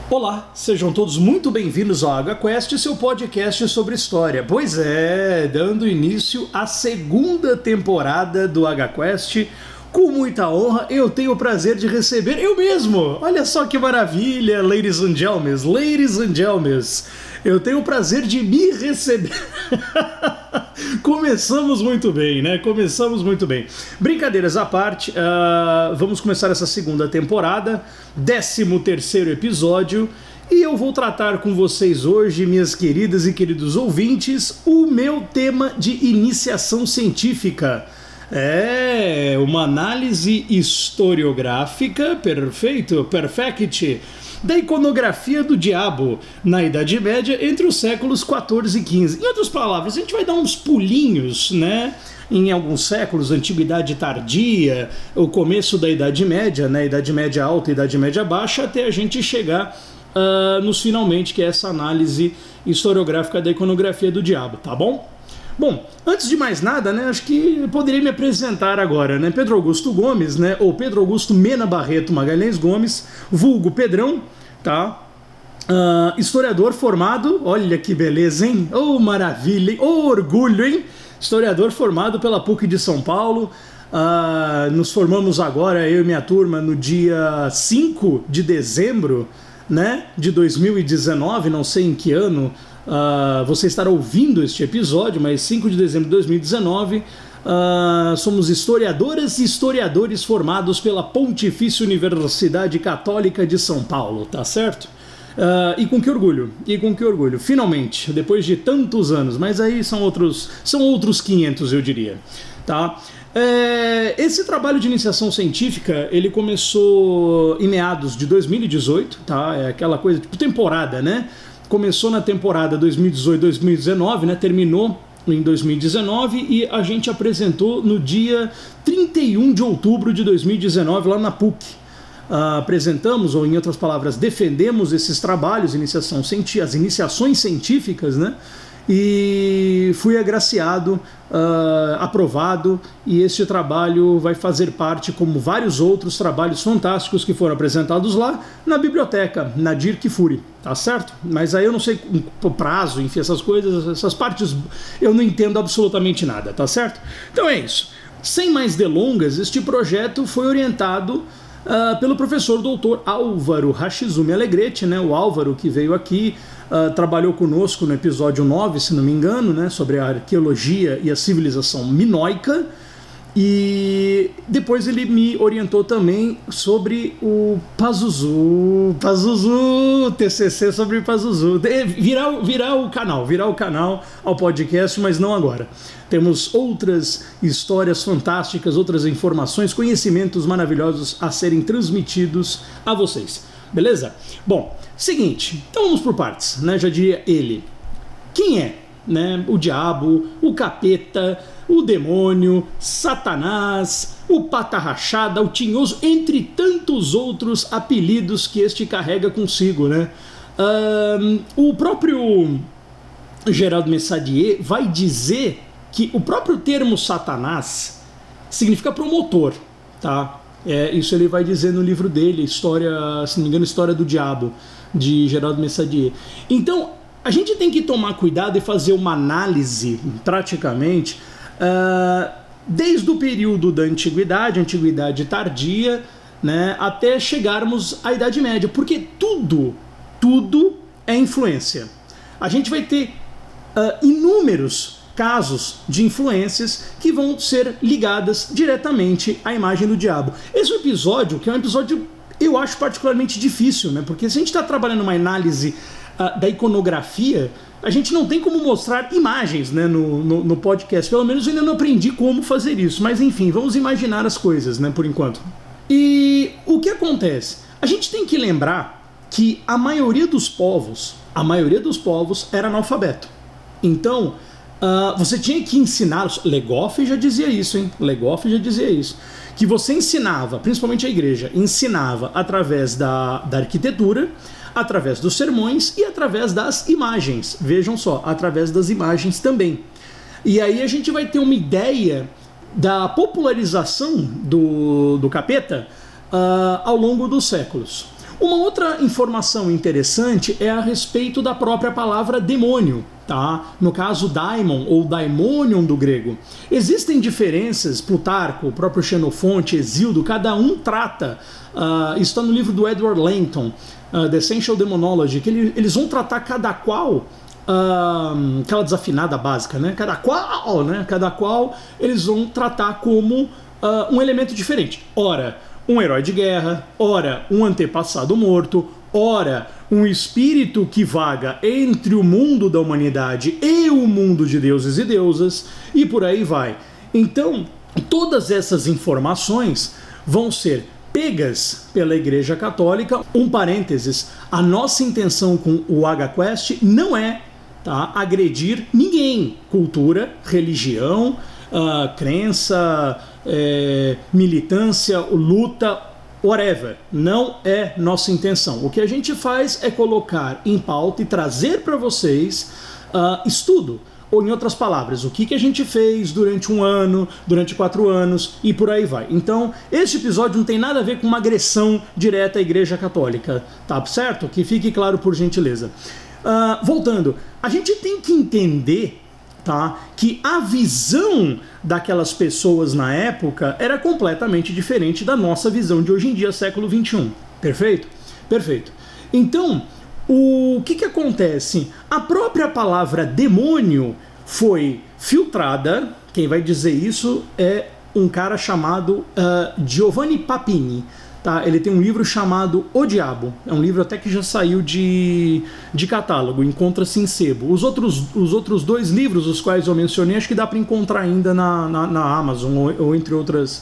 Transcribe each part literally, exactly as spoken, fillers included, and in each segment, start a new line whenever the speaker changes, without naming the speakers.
Olá, sejam todos muito bem-vindos ao HQuest, seu podcast sobre história. Pois é, dando início à segunda temporada do HQuest, com muita honra, eu tenho o prazer de receber eu mesmo. Olha só que maravilha, ladies and gentlemen, ladies and gentlemen. Eu tenho o prazer de me receber. Começamos muito bem, né? Começamos muito bem. Brincadeiras à parte, uh, vamos começar essa segunda temporada, décimo terceiro episódio, e eu vou tratar com vocês hoje, minhas queridas e queridos ouvintes, o meu tema de iniciação científica. É, uma análise historiográfica, perfeito, perfect, da iconografia do diabo na Idade Média entre os séculos quatorze e quinze. Em outras palavras, a gente vai dar uns pulinhos, né, em alguns séculos, Antiguidade Tardia, o começo da Idade Média, né, Idade Média Alta e Idade Média Baixa, até a gente chegar uh, nos finalmente, que é essa análise historiográfica da iconografia do diabo, tá bom? Bom, antes de mais nada, né, acho que eu poderia me apresentar agora, né, Pedro Augusto Gomes, né, ou Pedro Augusto Mena Barreto Magalhães Gomes, vulgo Pedrão, tá, uh, historiador formado, olha que beleza, hein, oh maravilha, hein? Oh orgulho, hein, historiador formado pela PUC de São Paulo, uh, nos formamos agora, eu e minha turma, no dia cinco de dezembro, né, de dois mil e dezenove, não sei em que ano, Uh, você estará ouvindo este episódio, mas cinco de dezembro de dois mil e dezenove, uh, somos historiadoras e historiadores formados pela Pontifícia Universidade Católica de São Paulo, tá certo? Uh, e com que orgulho, e com que orgulho, finalmente, depois de tantos anos, mas aí são outros, são outros quinhentos, eu diria, tá? É, esse trabalho de iniciação científica, ele começou em meados de dois mil e dezoito, tá? É aquela coisa, tipo temporada, né? Começou na temporada dois mil e dezoito, dois mil e dezenove, né? Terminou em dois mil e dezenove e a gente apresentou no dia trinta e um de outubro de dois mil e dezenove lá na PUC. Uh, apresentamos, ou em outras palavras, defendemos esses trabalhos, iniciação científica, as iniciações científicas, né? E fui agraciado, uh, aprovado, e este trabalho vai fazer parte, como vários outros trabalhos fantásticos que foram apresentados lá, na biblioteca, na Dirk Fury, tá certo? Mas aí eu não sei o prazo, enfim, essas coisas, essas partes eu não entendo absolutamente nada, tá certo? Então é isso. Sem mais delongas, este projeto foi orientado Uh, pelo professor doutor Álvaro Hashizumi Alegrete, né, o Álvaro que veio aqui, uh, trabalhou conosco no episódio nove, se não me engano, né, sobre a arqueologia e a civilização minoica, e depois ele me orientou também sobre o Pazuzu, Pazuzu, T C C sobre Pazuzu, virar, virar o canal, virar o canal ao podcast, mas não agora. Temos outras histórias fantásticas, outras informações, conhecimentos maravilhosos a serem transmitidos a vocês, beleza? Bom, seguinte, então vamos por partes, né? Já diria ele. Quem é, né? O diabo, o capeta, o demônio, Satanás, o pata rachada, o tinhoso, entre tantos outros apelidos que este carrega consigo, né? Um, o próprio Gerald Messadier vai dizer que o próprio termo Satanás significa promotor, tá? É, isso ele vai dizer no livro dele, História, se não me engano, História do Diabo, de Gerald Messadier. Então, a gente tem que tomar cuidado e fazer uma análise, praticamente, uh, desde o período da Antiguidade, Antiguidade Tardia, né, até chegarmos à Idade Média, porque tudo, tudo é influência. A gente vai ter uh, inúmeros casos de influências que vão ser ligadas diretamente à imagem do diabo. Esse episódio, que é um episódio, eu acho particularmente difícil, né? Porque se a gente está trabalhando uma análise uh, da iconografia, a gente não tem como mostrar imagens, né, no, no, no podcast. Pelo menos eu ainda não aprendi como fazer isso. Mas enfim, vamos imaginar as coisas, né, por enquanto. E o que acontece? A gente tem que lembrar que a maioria dos povos, a maioria dos povos era analfabeto. Então, Uh, você tinha que ensiná-los. Legoff já dizia isso, hein? Legoff já dizia isso. Que você ensinava, principalmente a igreja, ensinava através da, da arquitetura, através dos sermões e através das imagens. Vejam só, através das imagens também. E aí a gente vai ter uma ideia da popularização do, do capeta uh, ao longo dos séculos. Uma outra informação interessante é a respeito da própria palavra demônio, tá? No caso, daimon ou daimonion do grego. Existem diferenças, Plutarco, o próprio Xenofonte, Hesíodo, cada um trata, uh, isso está no livro do Edward Langton, uh, The Essential Demonology, que ele, eles vão tratar cada qual, uh, aquela desafinada básica, né? Cada qual, né? Cada qual eles vão tratar como uh, um elemento diferente. Ora, um herói de guerra, ora, um antepassado morto, ora, um espírito que vaga entre o mundo da humanidade e o mundo de deuses e deusas, e por aí vai. Então, todas essas informações vão ser pegas pela Igreja Católica. Um parênteses, a nossa intenção com o AgaQuest não é, tá, agredir ninguém, cultura, religião, uh, crença, é, militância, luta, whatever. Não é nossa intenção. O que a gente faz é colocar em pauta e trazer para vocês uh, estudo. Ou, em outras palavras, o que, que a gente fez durante um ano, durante quatro anos e por aí vai. Então, este episódio não tem nada a ver com uma agressão direta à Igreja Católica, tá certo? Que fique claro, por gentileza. Uh, voltando, a gente tem que entender, tá, que a visão daquelas pessoas na época era completamente diferente da nossa visão de hoje em dia, século vinte e um. Perfeito? Perfeito. Então, o que que acontece? A própria palavra demônio foi filtrada. Quem vai dizer isso é um cara chamado uh, Giovanni Papini. Tá? Ele tem um livro chamado O Diabo. É um livro até que já saiu de, de catálogo, encontra-se em sebo. Os outros, os outros dois livros, os quais eu mencionei, acho que dá para encontrar ainda na, na, na Amazon ou, ou entre outras,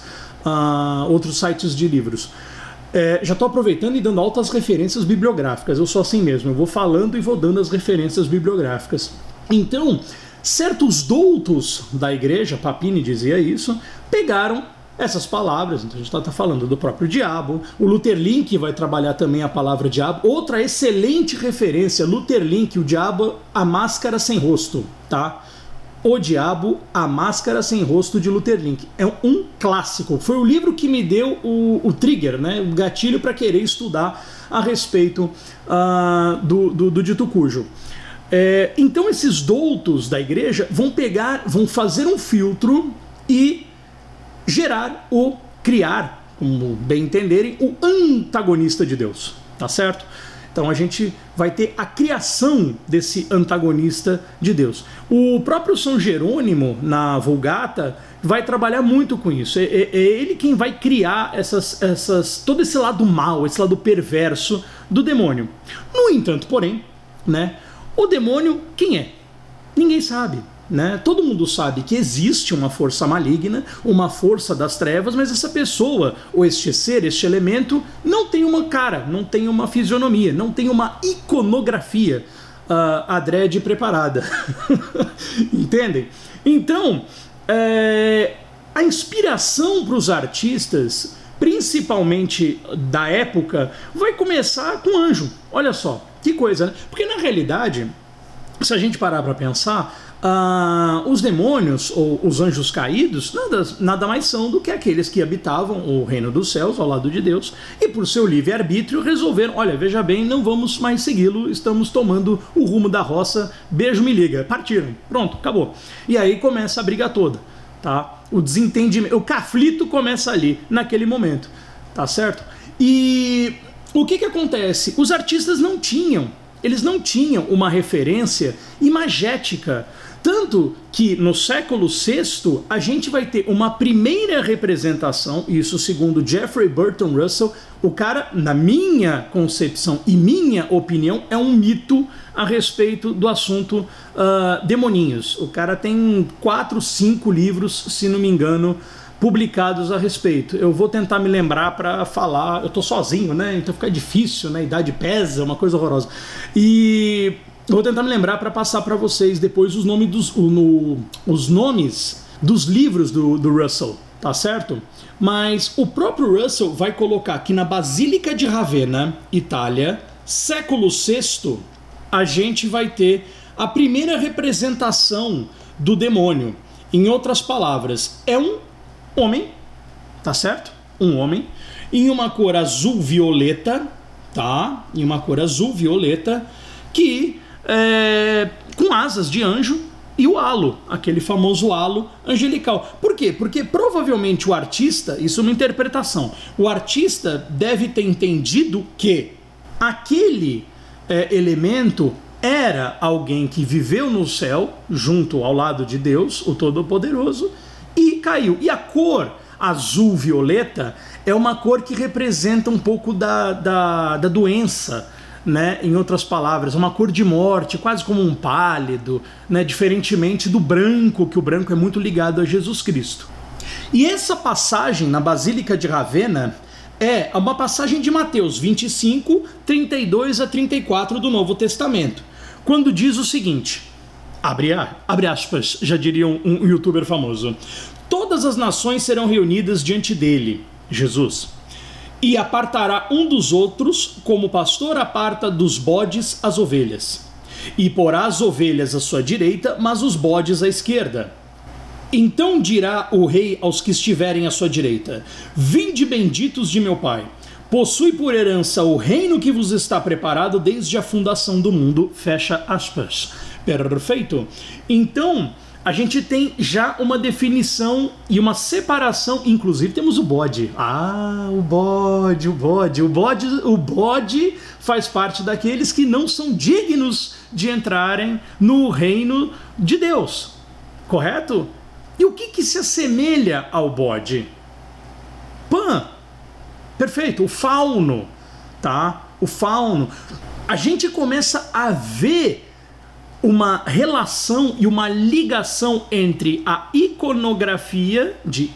uh, outros sites de livros. É, já estou aproveitando e dando altas referências bibliográficas. Eu sou assim mesmo, eu vou falando e vou dando as referências bibliográficas. Então, certos doutos da igreja, Papini dizia isso, pegaram essas palavras. Então a gente está falando do próprio diabo. O Luther Link vai trabalhar também a palavra diabo. Outra excelente referência, Luther Link, o diabo, a máscara sem rosto, tá? O Diabo, a Máscara Sem Rosto, de Luther Link. É um clássico. Foi o livro que me deu o, o trigger, né, o gatilho para querer estudar a respeito uh, do, do, do dito cujo. É, então esses doutos da igreja vão pegar, vão fazer um filtro e gerar o, criar, como bem entenderem, o antagonista de Deus. Tá certo? Então a gente vai ter a criação desse antagonista de Deus. O próprio São Jerônimo, na Vulgata, vai trabalhar muito com isso. É, é, é ele quem vai criar essas, essas, todo esse lado mal, esse lado perverso do demônio. No entanto, porém, né, o demônio, quem é? Ninguém sabe. Né? Todo mundo sabe que existe uma força maligna, uma força das trevas, mas essa pessoa, ou este ser, este elemento, não tem uma cara, não tem uma fisionomia, não tem uma iconografia uh, adrede preparada. Entendem? Então, é, a inspiração para os artistas, principalmente da época, vai começar com anjo. Olha só, que coisa, né? Porque na realidade, se a gente parar para pensar, Uh, os demônios ou os anjos caídos nada, nada mais são do que aqueles que habitavam o reino dos céus ao lado de Deus e por seu livre-arbítrio resolveram, olha, veja bem, não vamos mais segui-lo, estamos tomando o rumo da roça, beijo, me liga, partiram, pronto, acabou. E aí começa a briga toda, tá? O desentendimento, o conflito começa ali, naquele momento, tá certo? E o que que acontece? Os artistas não tinham, eles não tinham uma referência imagética. Tanto que no século sexto a gente vai ter uma primeira representação, isso segundo Jeffrey Burton Russell, o cara, na minha concepção e minha opinião, é um mito a respeito do assunto uh, demoninhos. O cara tem quatro, cinco livros, se não me engano, publicados a respeito. Eu vou tentar me lembrar para falar, eu tô sozinho, né? Então fica difícil, né? A idade pesa, uma coisa horrorosa. E eu vou tentar me lembrar para passar para vocês depois os nomes dos, o, no, os nomes dos livros do, do Russell, tá certo? Mas o próprio Russell vai colocar que na Basílica de Ravenna, Itália, século sexto, a gente vai ter a primeira representação do demônio. Em outras palavras, é um homem, tá certo? Um homem, em uma cor azul-violeta, tá? Em uma cor azul, violeta, que é, com asas de anjo e o halo, aquele famoso halo angelical. Por quê? Porque provavelmente o artista, isso é uma interpretação, o artista deve ter entendido que aquele é, elemento era alguém que viveu no céu, junto ao lado de Deus, o Todo-Poderoso, e caiu. E a cor azul-violeta é uma cor que representa um pouco da, da, da doença, né? Em outras palavras, uma cor de morte, quase como um pálido, né? Diferentemente do branco, que o branco é muito ligado a Jesus Cristo. E essa passagem na Basílica de Ravenna é uma passagem de Mateus vinte e cinco, trinta e dois a trinta e quatro do Novo Testamento, quando diz o seguinte, abre, abre aspas, já diria um, um youtuber famoso: todas as nações serão reunidas diante dele, Jesus, e apartará um dos outros, como o pastor aparta dos bodes as ovelhas, e porá as ovelhas à sua direita, mas os bodes à esquerda. Então dirá o rei aos que estiverem à sua direita: vinde benditos de meu pai, possui por herança o reino que vos está preparado desde a fundação do mundo, fecha aspas. Perfeito? Então, a gente tem já uma definição e uma separação, inclusive temos o bode. Ah, o bode, o bode, o bode, o bode faz parte daqueles que não são dignos de entrarem no reino de Deus, correto? E o que que se assemelha ao bode? Pan. Perfeito, o fauno, tá? O fauno. A gente começa a ver uma relação e uma ligação entre a iconografia de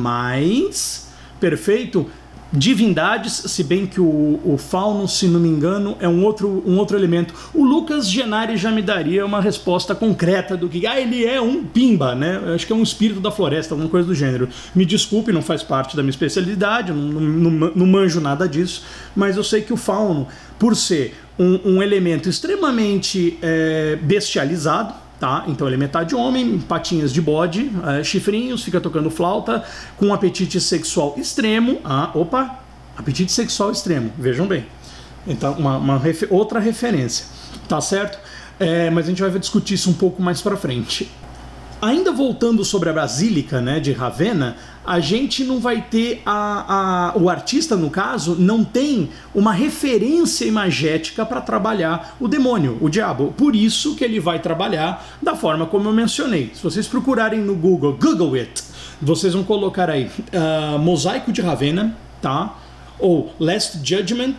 animais, perfeito? Divindades, se bem que o, o fauno, se não me engano, é um outro, um outro elemento. O Lucas Genari já me daria uma resposta concreta do que, ah, ele é um pimba, né? Eu acho que é um espírito da floresta, alguma coisa do gênero. Me desculpe, não faz parte da minha especialidade, não, não, não, não manjo nada disso, mas eu sei que o fauno, por ser um, um elemento extremamente é, bestializado, tá? Então ele é metade homem, patinhas de bode, é, chifrinhos, fica tocando flauta, com um apetite sexual extremo. Ah, opa, apetite sexual extremo, vejam bem. Então, uma, uma refer- outra referência, tá certo? É, mas a gente vai discutir isso um pouco mais pra frente. Ainda voltando sobre a Basílica, né, de Ravenna, a gente não vai ter, a, a, o artista, no caso, não tem uma referência imagética para trabalhar o demônio, o diabo. Por isso que ele vai trabalhar da forma como eu mencionei. Se vocês procurarem no Google, Google it, vocês vão colocar aí uh, Mosaico de Ravenna, tá? Ou Last Judgment,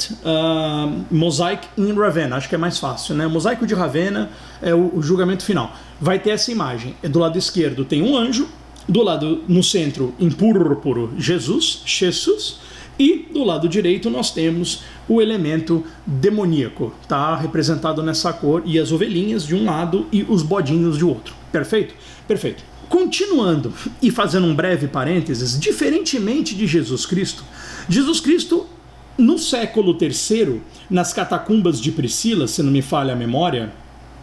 uh, Mosaic in Ravenna, acho que é mais fácil, né? Mosaico de Ravenna é o, o julgamento final. Vai ter essa imagem. Do lado esquerdo tem um anjo, do lado no centro, em púrpuro, Jesus, Jesus, e do lado direito nós temos o elemento demoníaco, tá? Representado nessa cor, e as ovelhinhas de um lado e os bodinhos de outro. Perfeito? Perfeito. Continuando e fazendo um breve parênteses, diferentemente de Jesus Cristo, Jesus Cristo, no século terceiro, nas catacumbas de Priscila, se não me falha a memória,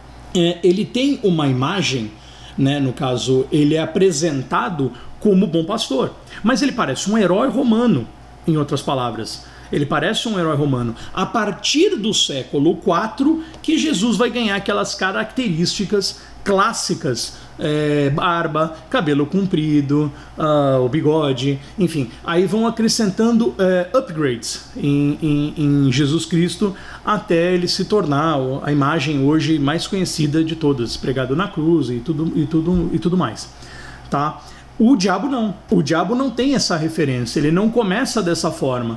é, ele tem uma imagem, né, no caso, ele é apresentado como bom pastor, mas ele parece um herói romano, em outras palavras. Ele parece um herói romano. A partir do século quatro, que Jesus vai ganhar aquelas características clássicas, é, barba, cabelo comprido, uh, o bigode, enfim. Aí vão acrescentando uh, upgrades em, em, em Jesus Cristo até ele se tornar a imagem hoje mais conhecida de todas, pregado na cruz e tudo, e tudo, e tudo mais. Tá? O diabo não. O diabo não tem essa referência, ele não começa dessa forma.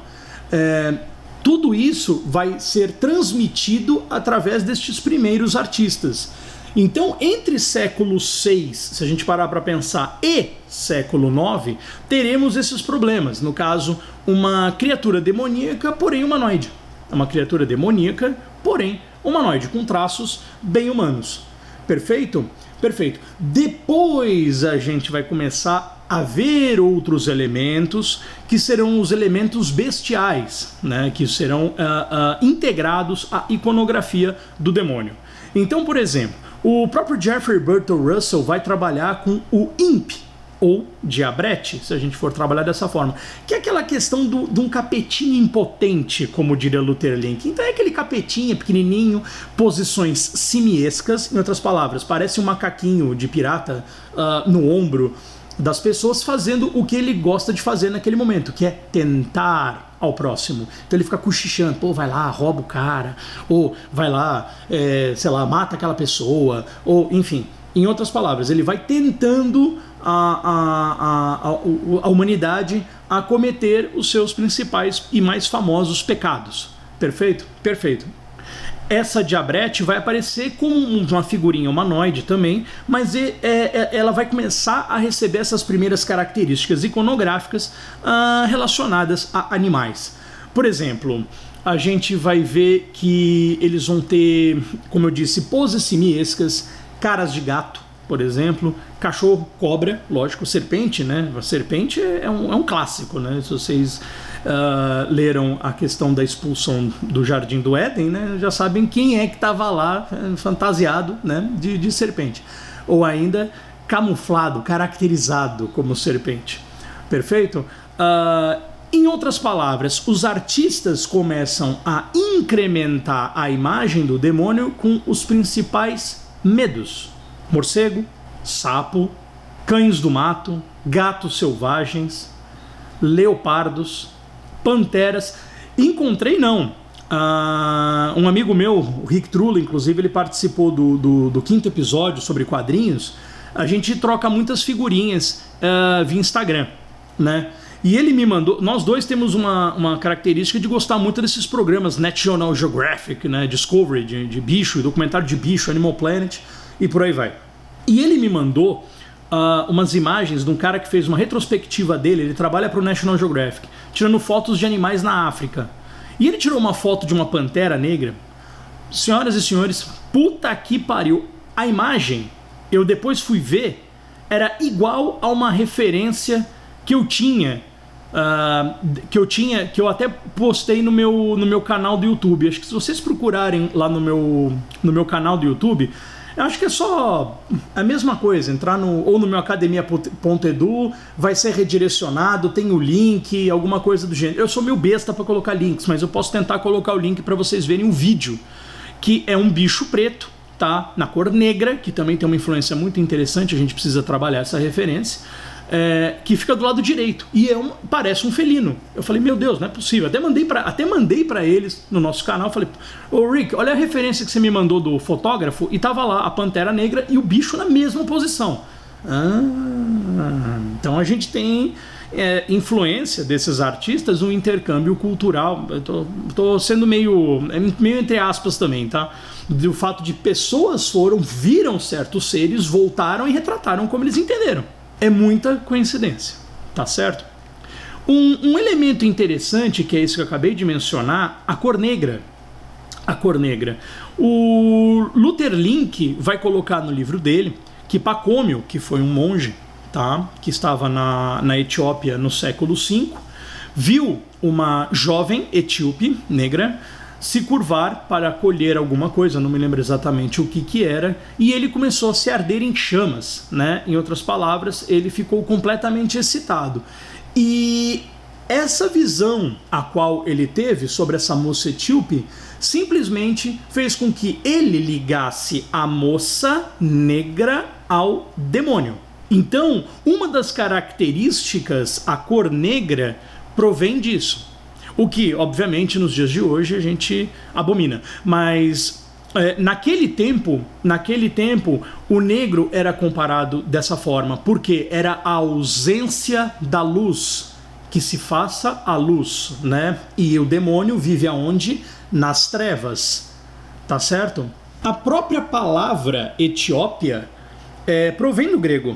É, tudo isso vai ser transmitido através destes primeiros artistas. Então, entre século seis, se a gente parar para pensar, e século nove, teremos esses problemas. No caso, uma criatura demoníaca, porém humanoide. Uma criatura demoníaca, porém humanoide, com traços bem humanos. Perfeito? Perfeito. Depois a gente vai começar a ver outros elementos que serão os elementos bestiais, né, que serão uh, uh, integrados à iconografia do demônio. Então, por exemplo, o próprio Jeffrey Burton Russell vai trabalhar com o imp, ou diabrete, se a gente for trabalhar dessa forma, que é aquela questão do, de um capetinho impotente, como diria Luther Link. Então é aquele capetinho pequenininho, posições simiescas, em outras palavras, parece um macaquinho de pirata uh, no ombro das pessoas fazendo o que ele gosta de fazer naquele momento, que é tentar ao próximo. Então ele fica cochichando, pô, vai lá, rouba o cara, ou vai lá, é, sei lá, mata aquela pessoa, ou enfim, em outras palavras, ele vai tentando a, a, a, a, a humanidade a cometer os seus principais e mais famosos pecados. Perfeito? Perfeito. Essa diabrete vai aparecer como uma figurinha humanoide também, mas é, é, ela vai começar a receber essas primeiras características iconográficas ah, relacionadas a animais. Por exemplo, a gente vai ver que eles vão ter, como eu disse, poses simiescas, caras de gato, por exemplo, cachorro, cobra, lógico, serpente, né? A serpente é um, é um clássico, né? Se vocês uh, leram a questão da expulsão do Jardim do Éden, né? Já sabem quem é que estava lá fantasiado, né? de, de serpente. Ou ainda camuflado, caracterizado como serpente. Perfeito? Uh, em outras palavras, os artistas começam a incrementar a imagem do demônio com os principais medos. Morcego, sapo, cães do mato, gatos selvagens, leopardos, panteras. Encontrei não. Uh, um amigo meu, o Rick Trula, inclusive, ele participou do, do, do quinto episódio sobre quadrinhos. A gente troca muitas figurinhas uh, via Instagram, né? E ele me mandou... Nós dois temos uma, uma característica de gostar muito desses programas National Geographic, né? Discovery, de, de bicho, documentário de bicho, Animal Planet e por aí vai. E ele me mandou uh, umas imagens de um cara que fez uma retrospectiva dele. Ele trabalha para o National Geographic, tirando fotos de animais na África. E ele tirou uma foto de uma pantera negra. Senhoras e senhores, puta que pariu. A imagem, eu depois fui ver, era igual a uma referência que eu tinha, uh, que eu tinha, que eu até postei no meu, no meu canal do YouTube. Acho que se vocês procurarem lá no meu, no meu canal do YouTube, eu acho que é só a mesma coisa, entrar no, ou no meu academia ponto edu, vai ser redirecionado, tem o link, alguma coisa do gênero. Eu sou meio besta para colocar links, mas eu posso tentar colocar o link para vocês verem um vídeo, que é um bicho preto, tá? Na cor negra, que também tem uma influência muito interessante, a gente precisa trabalhar essa referência. É, que fica do lado direito e é um, parece um felino. Eu falei, meu Deus, não é possível. Até mandei para até mandei para eles no nosso canal. Falei, ô Rick, olha a referência que você me mandou do fotógrafo, e tava lá a pantera negra e o bicho na mesma posição. Ah, então a gente tem é, influência desses artistas, um intercâmbio cultural. Eu tô, tô sendo meio, meio entre aspas também, tá? Do fato de pessoas foram, viram certos seres, voltaram e retrataram como eles entenderam. É muita coincidência, tá certo? Um, um elemento interessante, que é esse que eu acabei de mencionar, a cor negra. A cor negra. O Luther Link vai colocar no livro dele que Pacômio, que foi um monge, tá, que estava na, na Etiópia no século cinco, viu uma jovem etíope negra se curvar para colher alguma coisa, não me lembro exatamente o que que era, e ele começou a se arder em chamas, né? Em outras palavras, ele ficou completamente excitado. E essa visão a qual ele teve sobre essa moça etíope simplesmente fez com que ele ligasse a moça negra ao demônio. Então, uma das características, a cor negra, provém disso. O que, obviamente, nos dias de hoje a gente abomina. Mas é, naquele tempo, naquele tempo, o negro era comparado dessa forma, porque era a ausência da luz, que se faça a luz, né? E o demônio vive aonde? Nas trevas, tá certo? A própria palavra Etiópia é, provém do grego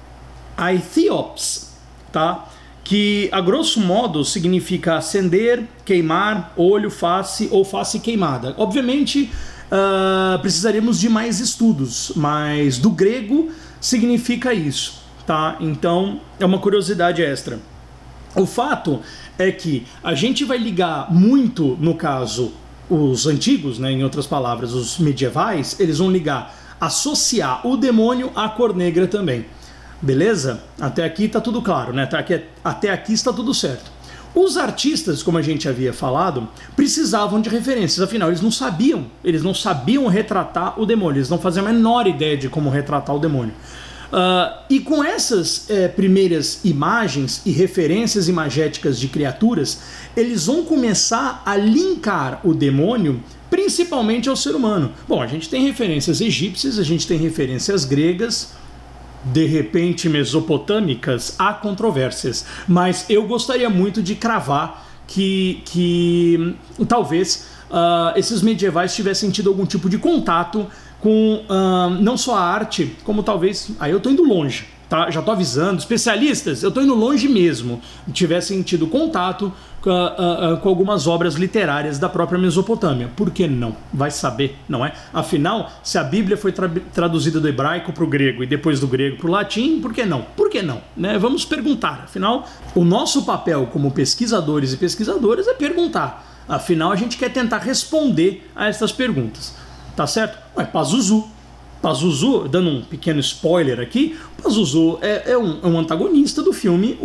Aethiops, tá? Que a grosso modo significa acender, queimar, olho, face ou face queimada. Obviamente uh, precisaríamos de mais estudos, mas do grego significa isso, tá? Então é uma curiosidade extra. O fato é que a gente vai ligar muito, no caso, os antigos, né, em outras palavras, os medievais, eles vão ligar, associar o demônio à cor negra também. Beleza? Até aqui tá tudo claro, né? Até aqui está tudo certo. Os artistas, como a gente havia falado, precisavam de referências, afinal eles não sabiam, eles não sabiam retratar o demônio, eles não faziam a menor ideia de como retratar o demônio. Uh, e com essas eh, primeiras imagens e referências imagéticas de criaturas, eles vão começar a linkar o demônio principalmente ao ser humano. Bom, a gente tem referências egípcias, a gente tem referências gregas, de repente mesopotâmicas, há controvérsias, mas eu gostaria muito de cravar que, que talvez uh, esses medievais tivessem tido algum tipo de contato com uh, não só a arte, como talvez, aí eu tô indo longe, tá? Já tô avisando, especialistas, eu tô indo longe mesmo, tivessem tido contato com, uh, uh, com algumas obras literárias da própria Mesopotâmia. Por que não? Vai saber, não é? Afinal, se a Bíblia foi tra traduzida do hebraico para o grego e depois do grego para o latim, por que não? Por que não? Né? Vamos perguntar. Afinal, o nosso papel como pesquisadores e pesquisadoras é perguntar. Afinal, a gente quer tentar responder a essas perguntas. Tá certo? Ué, Pazuzu. Pazuzu, dando um pequeno spoiler aqui, Pazuzu é, é, um, é um antagonista do filme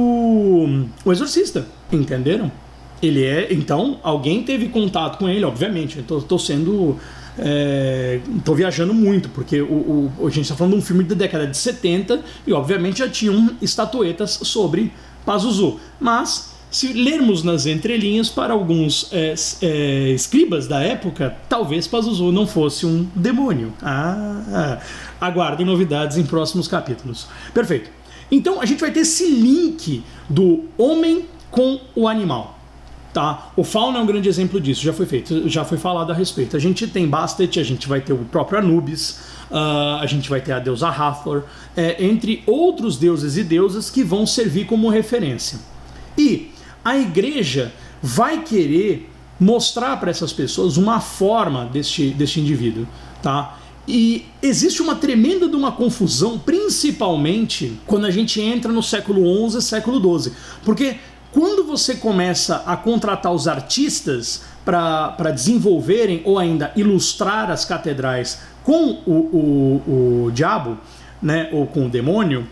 O, o Exorcista, entenderam? Ele é, então, alguém teve contato com ele, obviamente, eu tô, tô sendo, é, tô viajando muito, porque o, o, a gente está falando de um filme da década de setenta e obviamente já tinham estatuetas sobre Pazuzu, mas se lermos nas entrelinhas, para alguns é, é, escribas da época, talvez Pazuzu não fosse um demônio. Ah, aguardem novidades em próximos capítulos. Perfeito. Então a gente vai ter esse link do homem com o animal. Tá? O Fauno é um grande exemplo disso, já foi feito, já foi falado a respeito. A gente tem Bastet, a gente vai ter o próprio Anubis, uh, a gente vai ter a deusa Hathor, é, entre outros deuses e deusas que vão servir como referência. E a igreja vai querer mostrar para essas pessoas uma forma deste, deste indivíduo, tá? E existe uma tremenda de uma confusão, principalmente quando a gente entra no século onze, século doze, porque quando você começa a contratar os artistas para desenvolverem ou ainda ilustrar as catedrais com o, o, o diabo, né, ou com o demônio,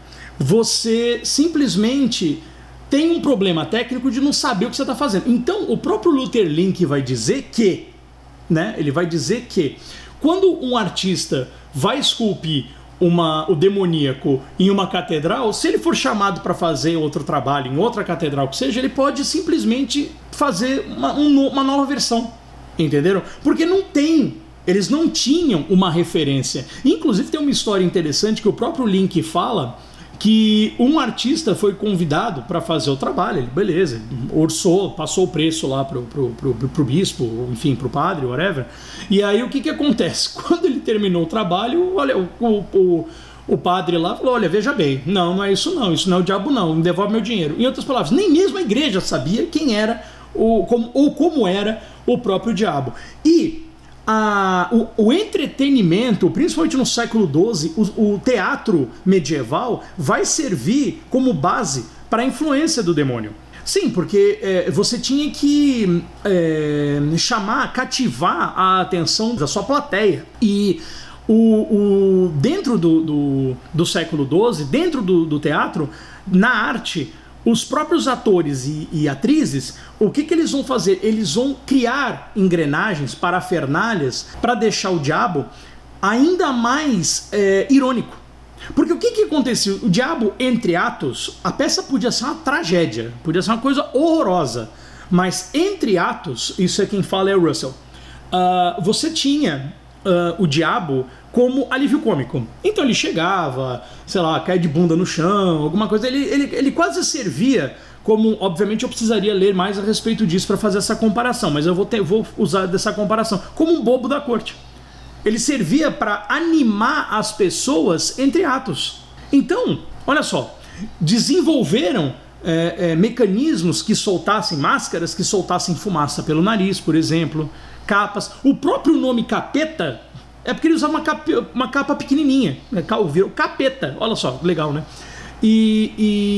você simplesmente tem um problema técnico de não saber o que você está fazendo. Então, o próprio Luther Link vai dizer que, né, ele vai dizer que quando um artista vai esculpir uma, o demoníaco em uma catedral, se ele for chamado para fazer outro trabalho em outra catedral que seja, ele pode simplesmente fazer uma, um, uma nova versão, entenderam? Porque não tem, eles não tinham uma referência. Inclusive tem uma história interessante que o próprio Link fala, que um artista foi convidado para fazer o trabalho, ele, beleza, orçou, passou o preço lá pro, pro, pro, pro, pro bispo, enfim, pro padre, whatever, e aí o que que acontece? Quando ele terminou o trabalho, olha, o, o, o padre lá falou, olha, veja bem, não, não é isso não, isso não é o diabo não, me devolve meu dinheiro. Em outras palavras, nem mesmo a igreja sabia quem era, o, como, ou como era o próprio diabo. E A, o, o entretenimento, principalmente no século doze, o, o teatro medieval vai servir como base para a influência do demônio. Sim, porque é, você tinha que é, chamar, cativar a atenção da sua plateia. E o, o, dentro do, do, do século doze, dentro do, do teatro, na arte, os próprios atores e, e atrizes, o que, que eles vão fazer? Eles vão criar engrenagens, parafernalhas, para deixar o diabo ainda mais é, irônico. Porque o que, que acontecia? O diabo, entre atos, a peça podia ser uma tragédia, podia ser uma coisa horrorosa, mas entre atos, isso é quem fala é o Russell, uh, você tinha uh, o diabo como alívio cômico. Então ele chegava, sei lá, caia de bunda no chão, alguma coisa, ele, ele, ele quase servia como, obviamente eu precisaria ler mais a respeito disso para fazer essa comparação, mas eu vou, ter, vou usar dessa comparação, como um bobo da corte. Ele servia para animar as pessoas entre atos. Então, olha só, desenvolveram é, é, mecanismos que soltassem máscaras, que soltassem fumaça pelo nariz, por exemplo, capas. O próprio nome capeta é porque ele usava uma capa, uma capa pequenininha, virou capeta, olha só, legal, né? E,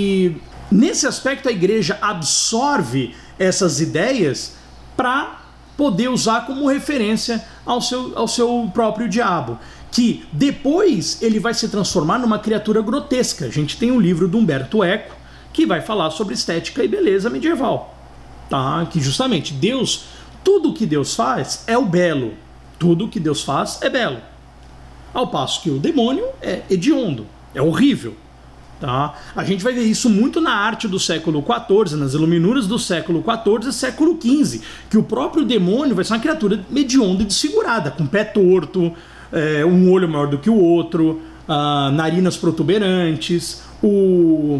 e nesse aspecto a igreja absorve essas ideias para poder usar como referência ao seu, ao seu próprio diabo, que depois ele vai se transformar numa criatura grotesca. A gente tem um livro do Humberto Eco que vai falar sobre estética e beleza medieval, tá? Que justamente Deus, tudo que Deus faz é o belo, tudo que Deus faz é belo, ao passo que o demônio é hediondo, é horrível. Tá? A gente vai ver isso muito na arte do século quatorze, nas iluminuras do século quatorze e século quinze, que o próprio demônio vai ser uma criatura hedionda e desfigurada, com pé torto, é, um olho maior do que o outro, ah, narinas protuberantes. O...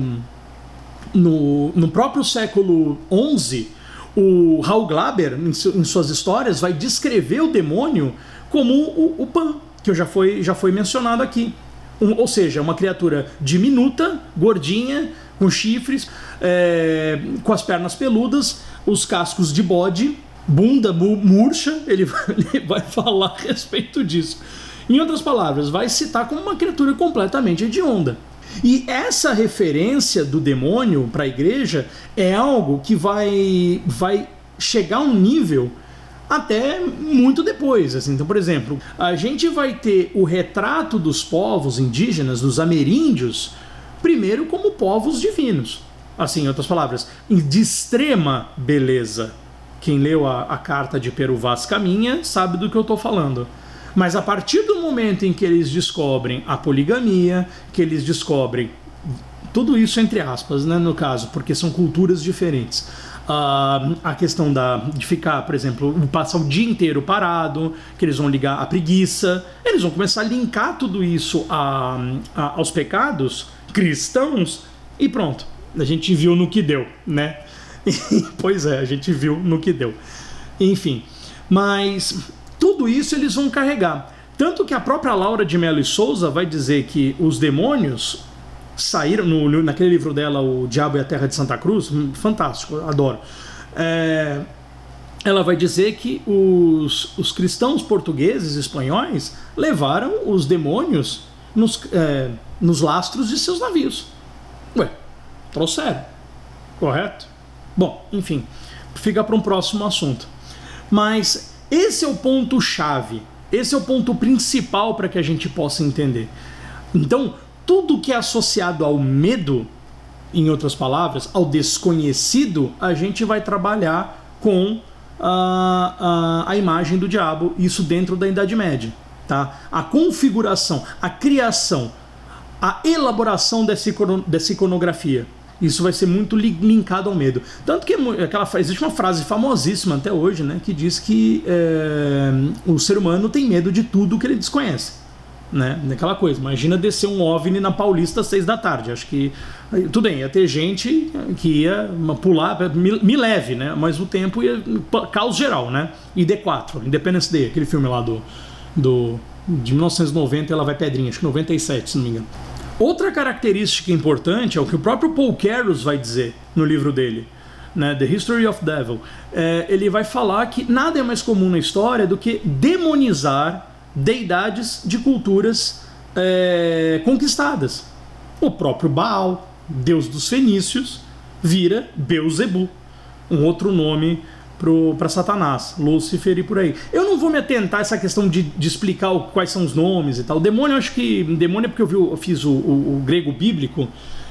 No, no próprio século onze, o Raul Glaber, em, su, em suas histórias, vai descrever o demônio como o, o Pan, que já foi, já foi mencionado aqui. Um, ou seja, uma criatura diminuta, gordinha, com chifres, é, com as pernas peludas, os cascos de bode, bunda murcha, ele vai, ele vai falar a respeito disso. Em outras palavras, vai citar como uma criatura completamente hedionda. E essa referência do demônio para a igreja é algo que vai, vai chegar a um nível até muito depois, assim. Então, por exemplo, a gente vai ter o retrato dos povos indígenas, dos ameríndios, primeiro como povos divinos. Assim, em outras palavras, de extrema beleza. Quem leu a, a carta de Peru Vaz Caminha sabe do que eu estou falando. Mas a partir do momento em que eles descobrem a poligamia, que eles descobrem tudo isso entre aspas, né, no caso, porque são culturas diferentes. Uh, a questão da, de ficar, por exemplo, passar o dia inteiro parado, que eles vão ligar a preguiça, eles vão começar a linkar tudo isso a, a, aos pecados cristãos e pronto, a gente viu no que deu, né? Pois é, a gente viu no que deu. Enfim, mas tudo isso eles vão carregar. Tanto que a própria Laura de Mello e Souza vai dizer que os demônios saíram, no, naquele livro dela, O Diabo e a Terra de Santa Cruz, fantástico, adoro. É, ela vai dizer que os, os cristãos portugueses e espanhóis levaram os demônios nos, é, nos lastros de seus navios. Ué, trouxeram, correto? Bom, enfim, fica para um próximo assunto. Mas esse é o ponto-chave, esse é o ponto principal para que a gente possa entender. Então, tudo que é associado ao medo, em outras palavras, ao desconhecido, a gente vai trabalhar com a, a, a imagem do diabo, isso dentro da Idade Média. Tá? A configuração, a criação, a elaboração dessa, icono, dessa iconografia, isso vai ser muito linkado ao medo. Tanto que aquela, existe uma frase famosíssima até hoje, né, que diz que é, o ser humano tem medo de tudo que ele desconhece. Né? Aquela coisa, imagina descer um OVNI na Paulista às seis da tarde. Acho que tudo bem, ia ter gente que ia pular, me, me leve, né? Mas o tempo ia caos geral, né? E D quatro, Independence Day, aquele filme lá do, do de mil novecentos e noventa, ela vai pedrinha, acho que noventa e sete, se não me engano. Outra característica importante é o que o próprio Paul Carus vai dizer no livro dele, né? The History of Devil. É, ele vai falar que nada é mais comum na história do que demonizar deidades de culturas é, conquistadas. O próprio Baal, deus dos fenícios, vira Beuzebu, um outro nome para Satanás, Lúcifer e por aí. Eu não vou me atentar a essa questão de, de explicar o, quais são os nomes e tal. Demônio, eu acho que demônio é porque eu, vi, eu fiz o, o, o grego bíblico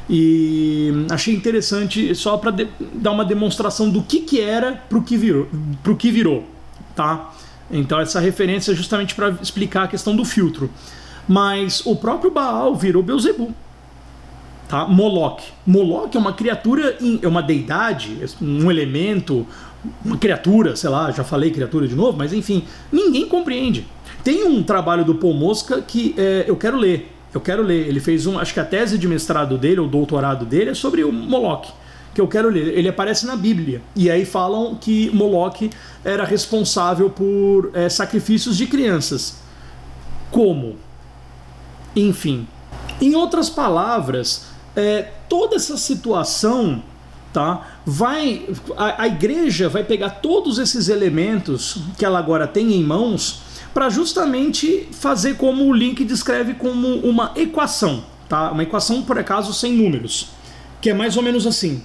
e achei interessante só para dar uma demonstração do que, que era para o que virou, pro que virou, tá? Então essa referência é justamente para explicar a questão do filtro. Mas o próprio Baal virou Beuzebu, tá? Moloch. Moloch é uma criatura, é uma deidade, um elemento, uma criatura, sei lá, já falei criatura de novo, mas enfim, ninguém compreende. Tem um trabalho do Paul Mosca que é, eu quero ler, eu quero ler. Ele fez um, acho que a tese de mestrado dele, ou doutorado dele, é sobre o Moloch, que eu quero ler. Ele aparece na Bíblia, e aí falam que Moloch era responsável por é, sacrifícios de crianças. Como? Enfim. Em outras palavras, é, toda essa situação, tá, vai, a, a igreja vai pegar todos esses elementos que ela agora tem em mãos para justamente fazer como o Link descreve como uma equação, tá? Uma equação, por acaso, sem números, que é mais ou menos assim: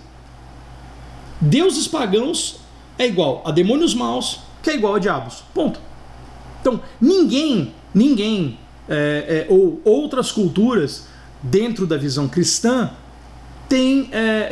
deuses pagãos é igual a demônios maus, que é igual a diabos. Ponto. Então, ninguém, ninguém, é, é, ou outras culturas dentro da visão cristã tem,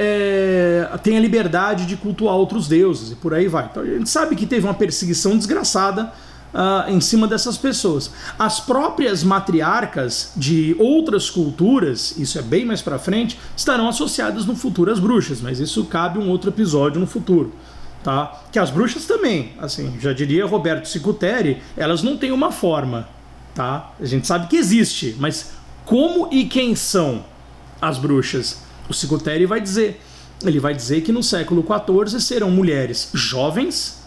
é, é, tem a liberdade de cultuar outros deuses e por aí vai. Então, a gente sabe que teve uma perseguição desgraçada Uh, em cima dessas pessoas. As próprias matriarcas de outras culturas, isso é bem mais pra frente, estarão associadas no futuro às bruxas, mas isso cabe um outro episódio no futuro, tá? Que as bruxas também, assim, já diria Roberto Cicuteri, elas não têm uma forma, tá? A gente sabe que existe, mas como e quem são as bruxas? O Cicuteri vai dizer, ele vai dizer que no século quatorze serão mulheres jovens,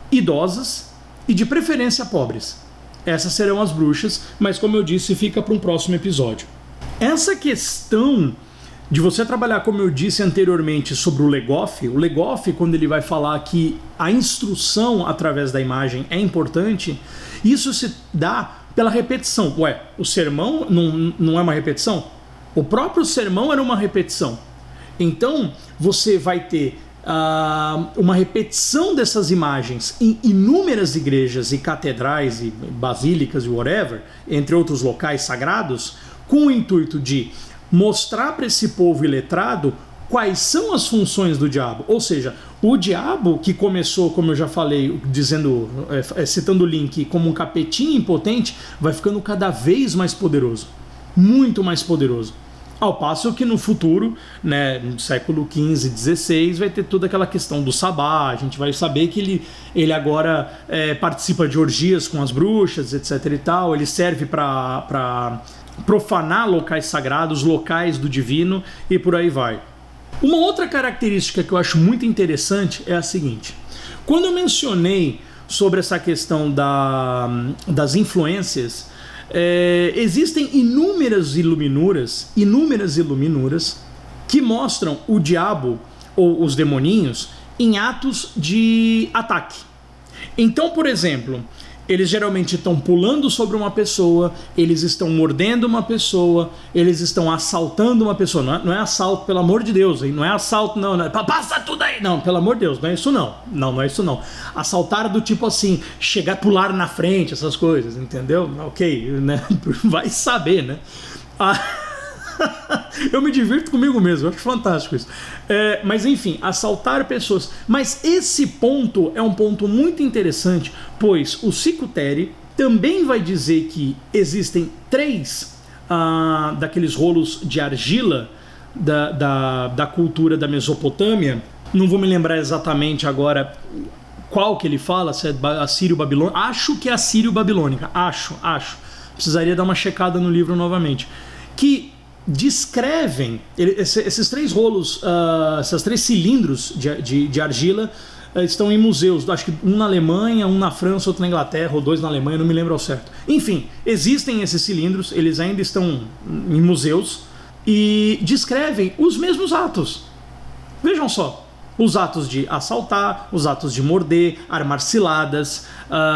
idosas e de preferência pobres. Essas serão as bruxas, mas como eu disse, fica para um próximo episódio. Essa questão de você trabalhar, como eu disse anteriormente, sobre o Legoff, o Legoff, quando ele vai falar que a instrução através da imagem é importante, isso se dá pela repetição. Ué, o sermão não, não é uma repetição? O próprio sermão era uma repetição. Então, você vai ter Uh, uma repetição dessas imagens em inúmeras igrejas e catedrais e basílicas e whatever, entre outros locais sagrados, com o intuito de mostrar para esse povo iletrado quais são as funções do diabo. Ou seja, o diabo que começou, como eu já falei, dizendo, é, citando o link, como um capetinho impotente, vai ficando cada vez mais poderoso, muito mais poderoso. Ao passo que no futuro, né, no século quinze, dezesseis, vai ter toda aquela questão do sabá, a gente vai saber que ele, ele agora é, participa de orgias com as bruxas, etc e tal, ele serve para profanar locais sagrados, locais do divino e por aí vai. Uma outra característica que eu acho muito interessante é a seguinte: quando eu mencionei sobre essa questão da, das influências, É, existem inúmeras iluminuras, inúmeras iluminuras que mostram o diabo ou os demoninhos em atos de ataque. Então, por exemplo, eles geralmente estão pulando sobre uma pessoa, eles estão mordendo uma pessoa, eles estão assaltando uma pessoa. Não é, não é assalto, pelo amor de Deus, hein? Não é assalto, não, não é, passa tudo aí. Não, pelo amor de Deus, não é isso não. Não, não é isso não. Assaltar do tipo assim, chegar, pular na frente, essas coisas, entendeu? Ok, né? Vai saber, né? Ah... Eu me divirto comigo mesmo, eu acho fantástico isso. É, mas enfim, assaltar pessoas. Mas esse ponto é um ponto muito interessante, pois o Cicuteri também vai dizer que existem três ah, daqueles rolos de argila da, da, da cultura da Mesopotâmia. Não vou me lembrar exatamente agora qual que ele fala, se é assírio-babilônica. Acho que é assírio-babilônica, acho, acho. Precisaria dar uma checada no livro novamente. Que descrevem esses três rolos, uh, esses três cilindros de, de, de argila uh, estão em museus, acho que um na Alemanha, um na França, outro na Inglaterra, ou dois na Alemanha, não me lembro ao certo. Enfim, existem esses cilindros, eles ainda estão em museus e descrevem os mesmos atos. Vejam só, os atos de assaltar, os atos de morder, armar ciladas,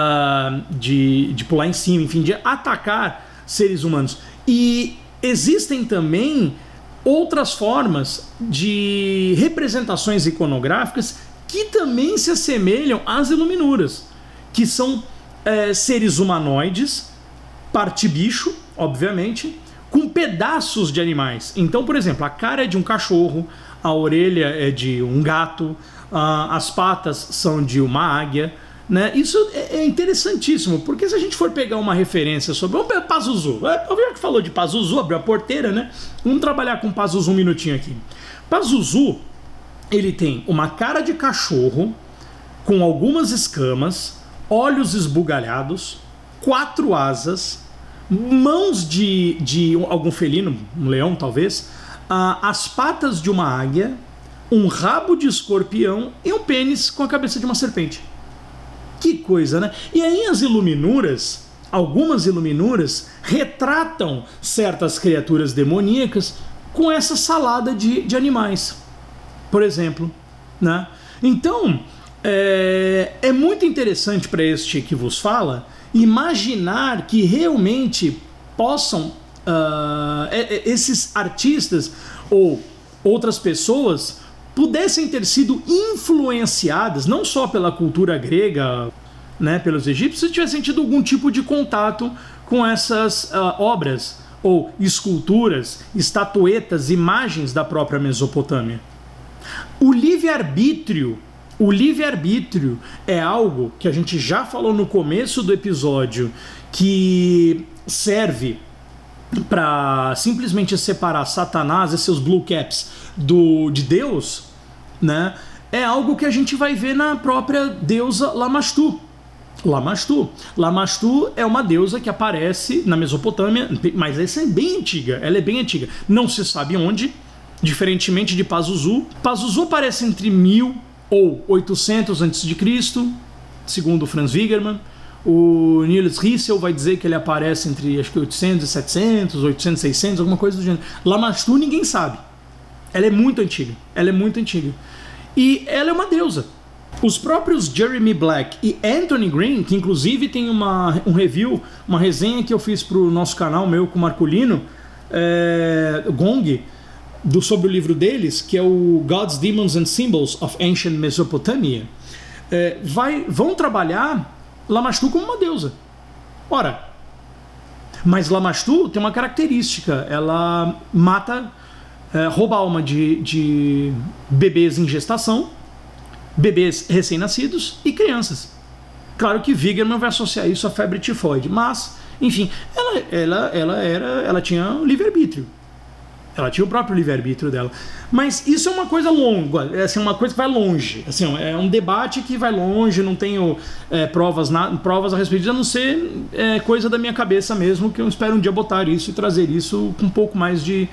uh, de, de pular em cima, enfim, de atacar seres humanos. E existem também outras formas de representações iconográficas que também se assemelham às iluminuras, que são é, seres humanoides, parte bicho, obviamente, com pedaços de animais. Então, por exemplo, a cara é de um cachorro, a orelha é de um gato, uh, as patas são de uma águia, né? Isso é interessantíssimo, porque se a gente for pegar uma referência sobre... Vamos pegar Pazuzu. Eu já que falou de Pazuzu, abriu a porteira, né? Vamos trabalhar com Pazuzu um minutinho aqui. Pazuzu, ele tem uma cara de cachorro, com algumas escamas, olhos esbugalhados, quatro asas, mãos de, de algum felino, um leão talvez, uh, as patas de uma águia, um rabo de escorpião e um pênis com a cabeça de uma serpente. Que coisa, né? E aí as iluminuras, algumas iluminuras, retratam certas criaturas demoníacas com essa salada de, de animais, por exemplo, né? Então, é, é muito interessante para este que vos fala imaginar que realmente possam uh, esses artistas ou outras pessoas pudessem ter sido influenciadas não só pela cultura grega, né, pelos egípcios se tivessem tido algum tipo de contato com essas uh, obras ou esculturas, estatuetas, imagens da própria Mesopotâmia. O livre-arbítrio, o livre-arbítrio é algo que a gente já falou no começo do episódio, que serve para simplesmente separar Satanás e seus blue caps do, de Deus, né? É algo que a gente vai ver na própria deusa Lamashtu. Lamashtu. Lamashtu é uma deusa que aparece na Mesopotâmia, mas essa é bem antiga, ela é bem antiga. Não se sabe onde, diferentemente de Pazuzu. Pazuzu aparece entre mil ou oitocentos antes de Cristo, segundo Franz Wigermann. O Niels Riesel vai dizer que ele aparece entre acho que oitocentos e setecentos, oitocentos e seiscentos, alguma coisa do gênero. Lamashtu ninguém sabe. Ela é muito antiga. Ela é muito antiga. E ela é uma deusa. Os próprios Jeremy Black e Anthony Green, que inclusive tem uma, um review, uma resenha que eu fiz para o nosso canal, meu com o Marcolino, é, Gong, do, sobre o livro deles, que é o Gods, Demons and Symbols of Ancient Mesopotamia, é, vai, vão trabalhar Lamashtu como uma deusa. Ora, mas Lamashtu tem uma característica, ela mata, é, rouba a alma de, de bebês em gestação, bebês recém-nascidos e crianças. Claro que Wigermann vai associar isso à febre tifoide, mas, enfim, ela, ela, ela, era, ela tinha livre-arbítrio. Ela tinha o próprio livre-arbítrio dela. Mas isso é uma coisa longa, é assim, uma coisa que vai longe. Assim, é um debate que vai longe, não tenho é, provas, na, provas a respeito disso, a não ser é, coisa da minha cabeça mesmo, que eu espero um dia botar isso e trazer isso com um pouco mais de,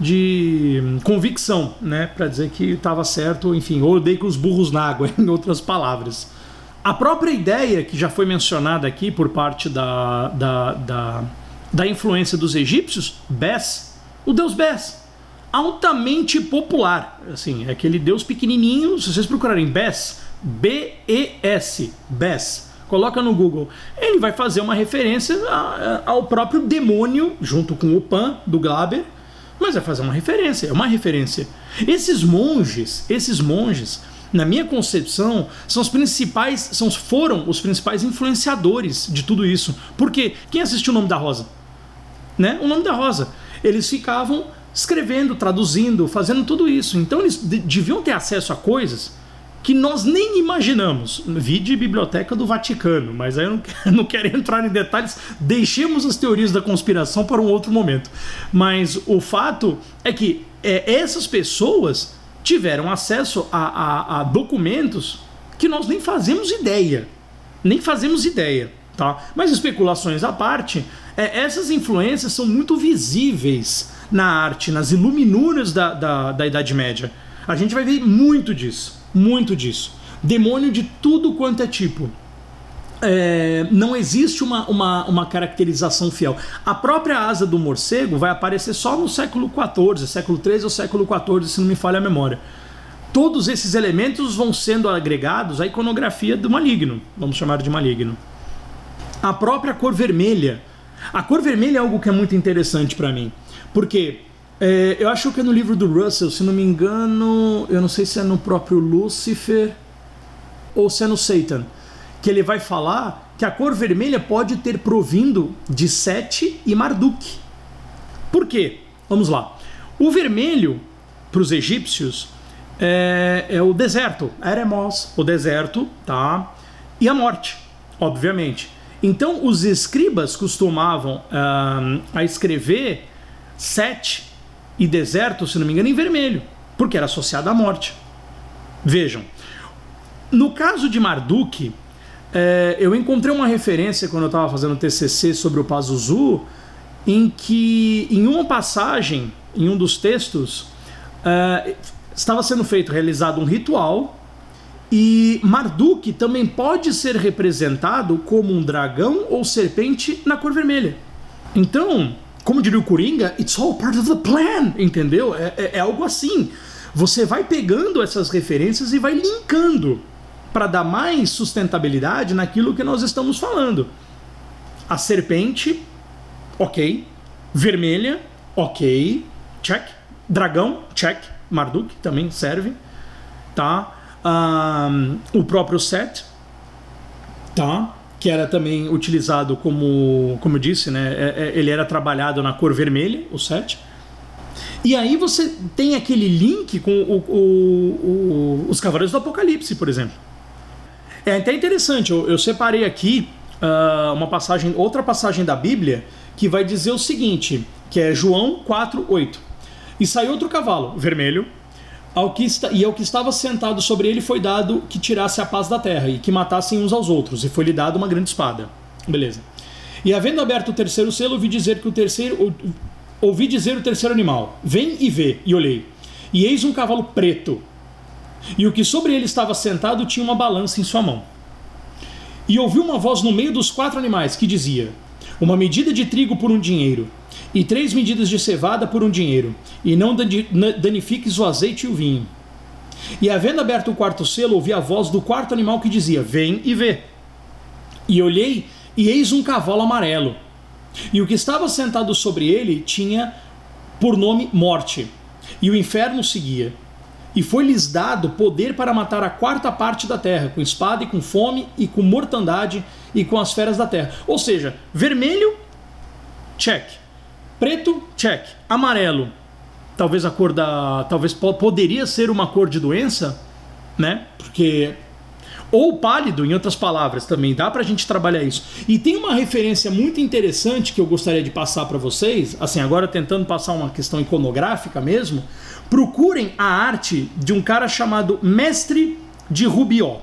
de convicção, né? Para dizer que estava certo, enfim, ou eu dei com os burros na água, em outras palavras. A própria ideia que já foi mencionada aqui por parte da, da, da, da influência dos egípcios, Bes, o deus Bes, altamente popular, assim, é aquele deus pequenininho. Se vocês procurarem Bes, B E S, Bes, coloca no Google, ele vai fazer uma referência a, a, ao próprio demônio, junto com o Pan, do Glaber, mas vai fazer uma referência, é uma referência. Esses monges, esses monges, na minha concepção, são os principais, são, foram os principais influenciadores de tudo isso. Porque quem assistiu O Nome da Rosa? Né? O Nome da Rosa. Eles ficavam escrevendo, traduzindo, fazendo tudo isso. Então eles deviam ter acesso a coisas que nós nem imaginamos. Vi de Biblioteca do Vaticano, mas aí eu não quero, não quero entrar em detalhes. Deixemos as teorias da conspiração para um outro momento. Mas o fato é que é, essas pessoas tiveram acesso a, a, a documentos que nós nem fazemos ideia. Nem fazemos ideia. Tá? Mas especulações à parte, é, essas influências são muito visíveis na arte, nas iluminuras da, da, da Idade Média. A gente vai ver muito disso, muito disso. Demônio de tudo quanto é tipo. É, não existe uma, uma, uma caracterização fiel. A própria asa do morcego vai aparecer só no século quatorze, século treze ou século quatorze, se não me falha a memória. Todos esses elementos vão sendo agregados à iconografia do maligno, vamos chamar de maligno. A própria cor vermelha. A cor vermelha é algo que é muito interessante para mim, porque é, eu acho que é no livro do Russell, se não me engano, eu não sei se é no próprio Lúcifer ou se é no Satan, que ele vai falar que a cor vermelha pode ter provindo de Sete e Marduk. Por quê? Vamos lá. O vermelho, para os egípcios, é, é o deserto, Eremos, o deserto, tá? E a morte, obviamente. Então, os escribas costumavam uh, a escrever Sete e deserto, se não me engano, em vermelho, porque era associado à morte. Vejam, no caso de Marduk, é, eu encontrei uma referência quando eu estava fazendo T C C sobre o Pazuzu, em que, em uma passagem, em um dos textos, é, estava sendo feito, realizado um ritual, e Marduk também pode ser representado como um dragão ou serpente na cor vermelha. Então, como diria o Coringa, it's all part of the plan, entendeu? É, é, é algo assim. Você vai pegando essas referências e vai linkando para dar mais sustentabilidade naquilo que nós estamos falando. A serpente, ok. Vermelha, ok. Check. Dragão, check. Marduk também serve. Tá? Um, o próprio Set. tá? Que era também utilizado como, como eu disse, né? É, é, ele era trabalhado na cor vermelha, o sete. E aí você tem aquele link com o, o, o, os Cavaleiros do Apocalipse, por exemplo. É até interessante, eu, eu separei aqui uh, uma passagem, outra passagem da Bíblia que vai dizer o seguinte, que é João quatro, oito. E saiu outro cavalo, vermelho, ao que está, e ao que estava sentado sobre ele foi dado que tirasse a paz da terra e que matassem uns aos outros, e foi-lhe dado uma grande espada. Beleza. E havendo aberto o terceiro selo, ouvi dizer que o terceiro... Ouvi dizer o terceiro animal, vem e vê, e olhei. E eis um cavalo preto, e o que sobre ele estava sentado tinha uma balança em sua mão. E ouvi uma voz no meio dos quatro animais que dizia, uma medida de trigo por um dinheiro, e três medidas de cevada por um dinheiro, e não danifiques o azeite e o vinho. E havendo aberto o quarto selo, ouvi a voz do quarto animal que dizia, vem e vê. E olhei, e eis um cavalo amarelo. E o que estava sentado sobre ele tinha por nome Morte, e o inferno seguia. E foi-lhes dado poder para matar a quarta parte da terra, com espada e com fome e com mortandade e com as feras da terra. Ou seja, vermelho, check. Preto, check. Amarelo, talvez a cor da... talvez poderia ser uma cor de doença, né? Porque... ou pálido, em outras palavras, também dá pra gente trabalhar isso. E tem uma referência muito interessante que eu gostaria de passar para vocês, assim, agora tentando passar uma questão iconográfica mesmo. Procurem a arte de um cara chamado Mestre de Rubió.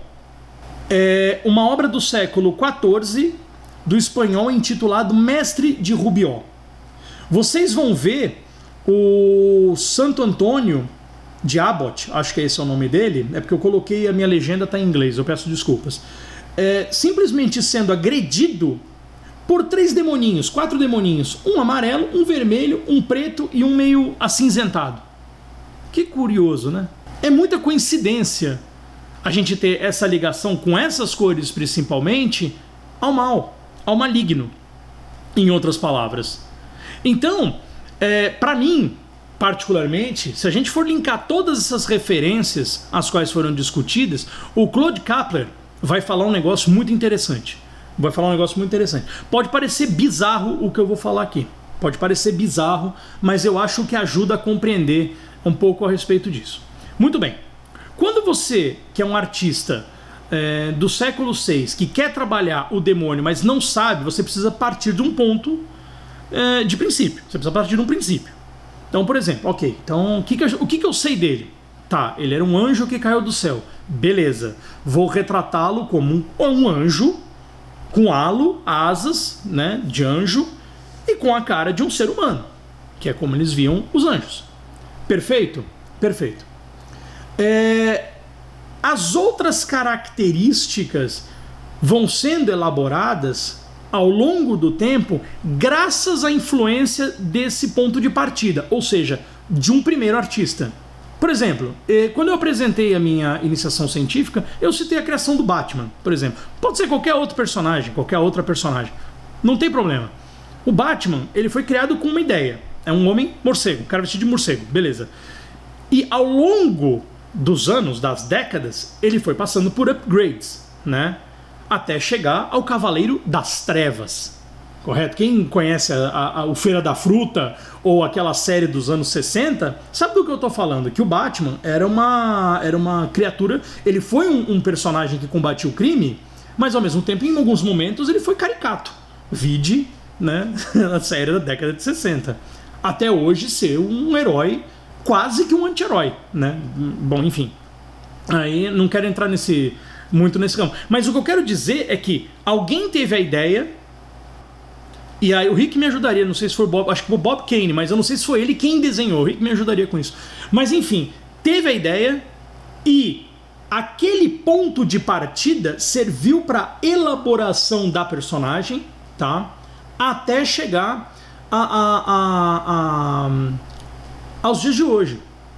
É uma obra do século quatorze, do espanhol, intitulado Mestre de Rubió. Vocês vão ver o Santo Antônio de Abbot, acho que esse é o nome dele, é porque eu coloquei, a minha legenda está em inglês, eu peço desculpas, é, simplesmente sendo agredido por três demoninhos, quatro demoninhos, um amarelo, um vermelho, um preto e um meio acinzentado. Que curioso, né? É muita coincidência a gente ter essa ligação com essas cores, principalmente, ao mal, ao maligno, em outras palavras. Então, é, para mim, particularmente, se a gente for linkar todas essas referências às quais foram discutidas, o Claude Kapler vai falar um negócio muito interessante. Vai falar um negócio muito interessante. Pode parecer bizarro o que eu vou falar aqui. Pode parecer bizarro, mas eu acho que ajuda a compreender um pouco a respeito disso. Muito bem. Quando você, que é um artista é, do século seis, que quer trabalhar o demônio, mas não sabe, você precisa partir de um ponto é, de princípio. Você precisa partir de um princípio. Então, por exemplo, ok, então o que, que, eu, o que, que eu sei dele? Tá, ele era um anjo que caiu do céu. Beleza, vou retratá-lo como um, um anjo com halo, asas, né, de anjo e com a cara de um ser humano, que é como eles viam os anjos. Perfeito? Perfeito. É, as outras características vão sendo elaboradas ao longo do tempo, graças à influência desse ponto de partida, ou seja, de um primeiro artista. Por exemplo, quando eu apresentei a minha iniciação científica, eu citei a criação do Batman, por exemplo. Pode ser qualquer outro personagem, qualquer outra personagem. Não tem problema. O Batman, ele foi criado com uma ideia. É um homem morcego, um cara vestido de morcego, beleza. E ao longo dos anos, das décadas, ele foi passando por upgrades, né? Até chegar ao Cavaleiro das Trevas, correto? Quem conhece a, a, a, o Feira da Fruta ou aquela série dos anos sessenta, sabe do que eu tô falando, que o Batman era uma, era uma criatura, ele foi um, um personagem que combatia o crime, mas ao mesmo tempo, em alguns momentos, ele foi caricato. Vide, né, a série da década de sessenta. Até hoje ser um herói, quase que um anti-herói, né? Bom, enfim. Aí não quero entrar nesse... muito nesse campo. Mas o que eu quero dizer é que alguém teve a ideia, e aí o Rick me ajudaria, não sei se foi o Bob, acho que foi o Bob Kane, mas eu não sei se foi ele quem desenhou, o Rick me ajudaria com isso. Mas enfim, teve a ideia e aquele ponto de partida serviu para elaboração da personagem, tá? Até chegar a, a, a, a, aos dias de hoje.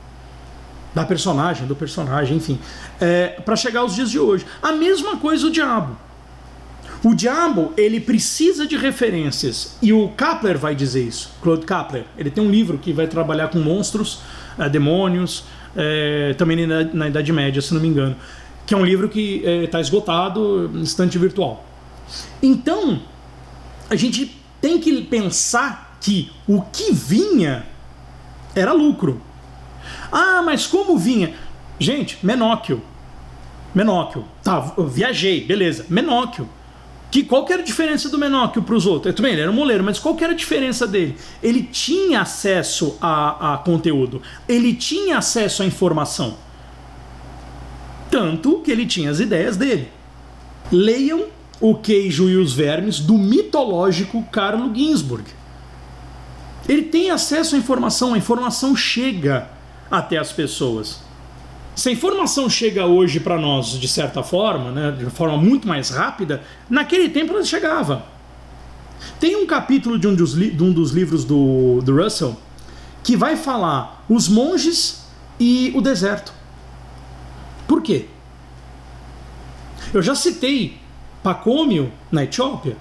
Da personagem, do personagem, enfim. É, para chegar aos dias de hoje. A mesma coisa o diabo. O diabo, ele precisa de referências. E o Kapler vai dizer isso. Claude Kapler. Ele tem um livro que vai trabalhar com monstros, é, demônios, é, também na, na Idade Média, se não me engano. que é um livro que está esgotado, estante virtual. Então, a gente tem que pensar que o que vinha era lucro. Ah, mas como vinha? Gente, Menóquio. Menóquio. Tá, eu viajei, beleza. Menóquio. Que, qual que era a diferença do Menóquio para os outros? Também, ele era um moleiro, mas qual que era a diferença dele? Ele tinha acesso a, a conteúdo. Ele tinha acesso à informação. Tanto que ele tinha as ideias dele. Leiam O Queijo e os Vermes, do mitológico Carlo Ginzburg. Ele tem acesso à informação, a informação chega até as pessoas. Se a informação chega hoje para nós de certa forma, né, de forma muito mais rápida, naquele tempo ela chegava. Tem um capítulo de um dos, de um dos livros do, do Russell que vai falar os monges e o deserto. Por quê? Eu já citei Pacômio na Etiópia.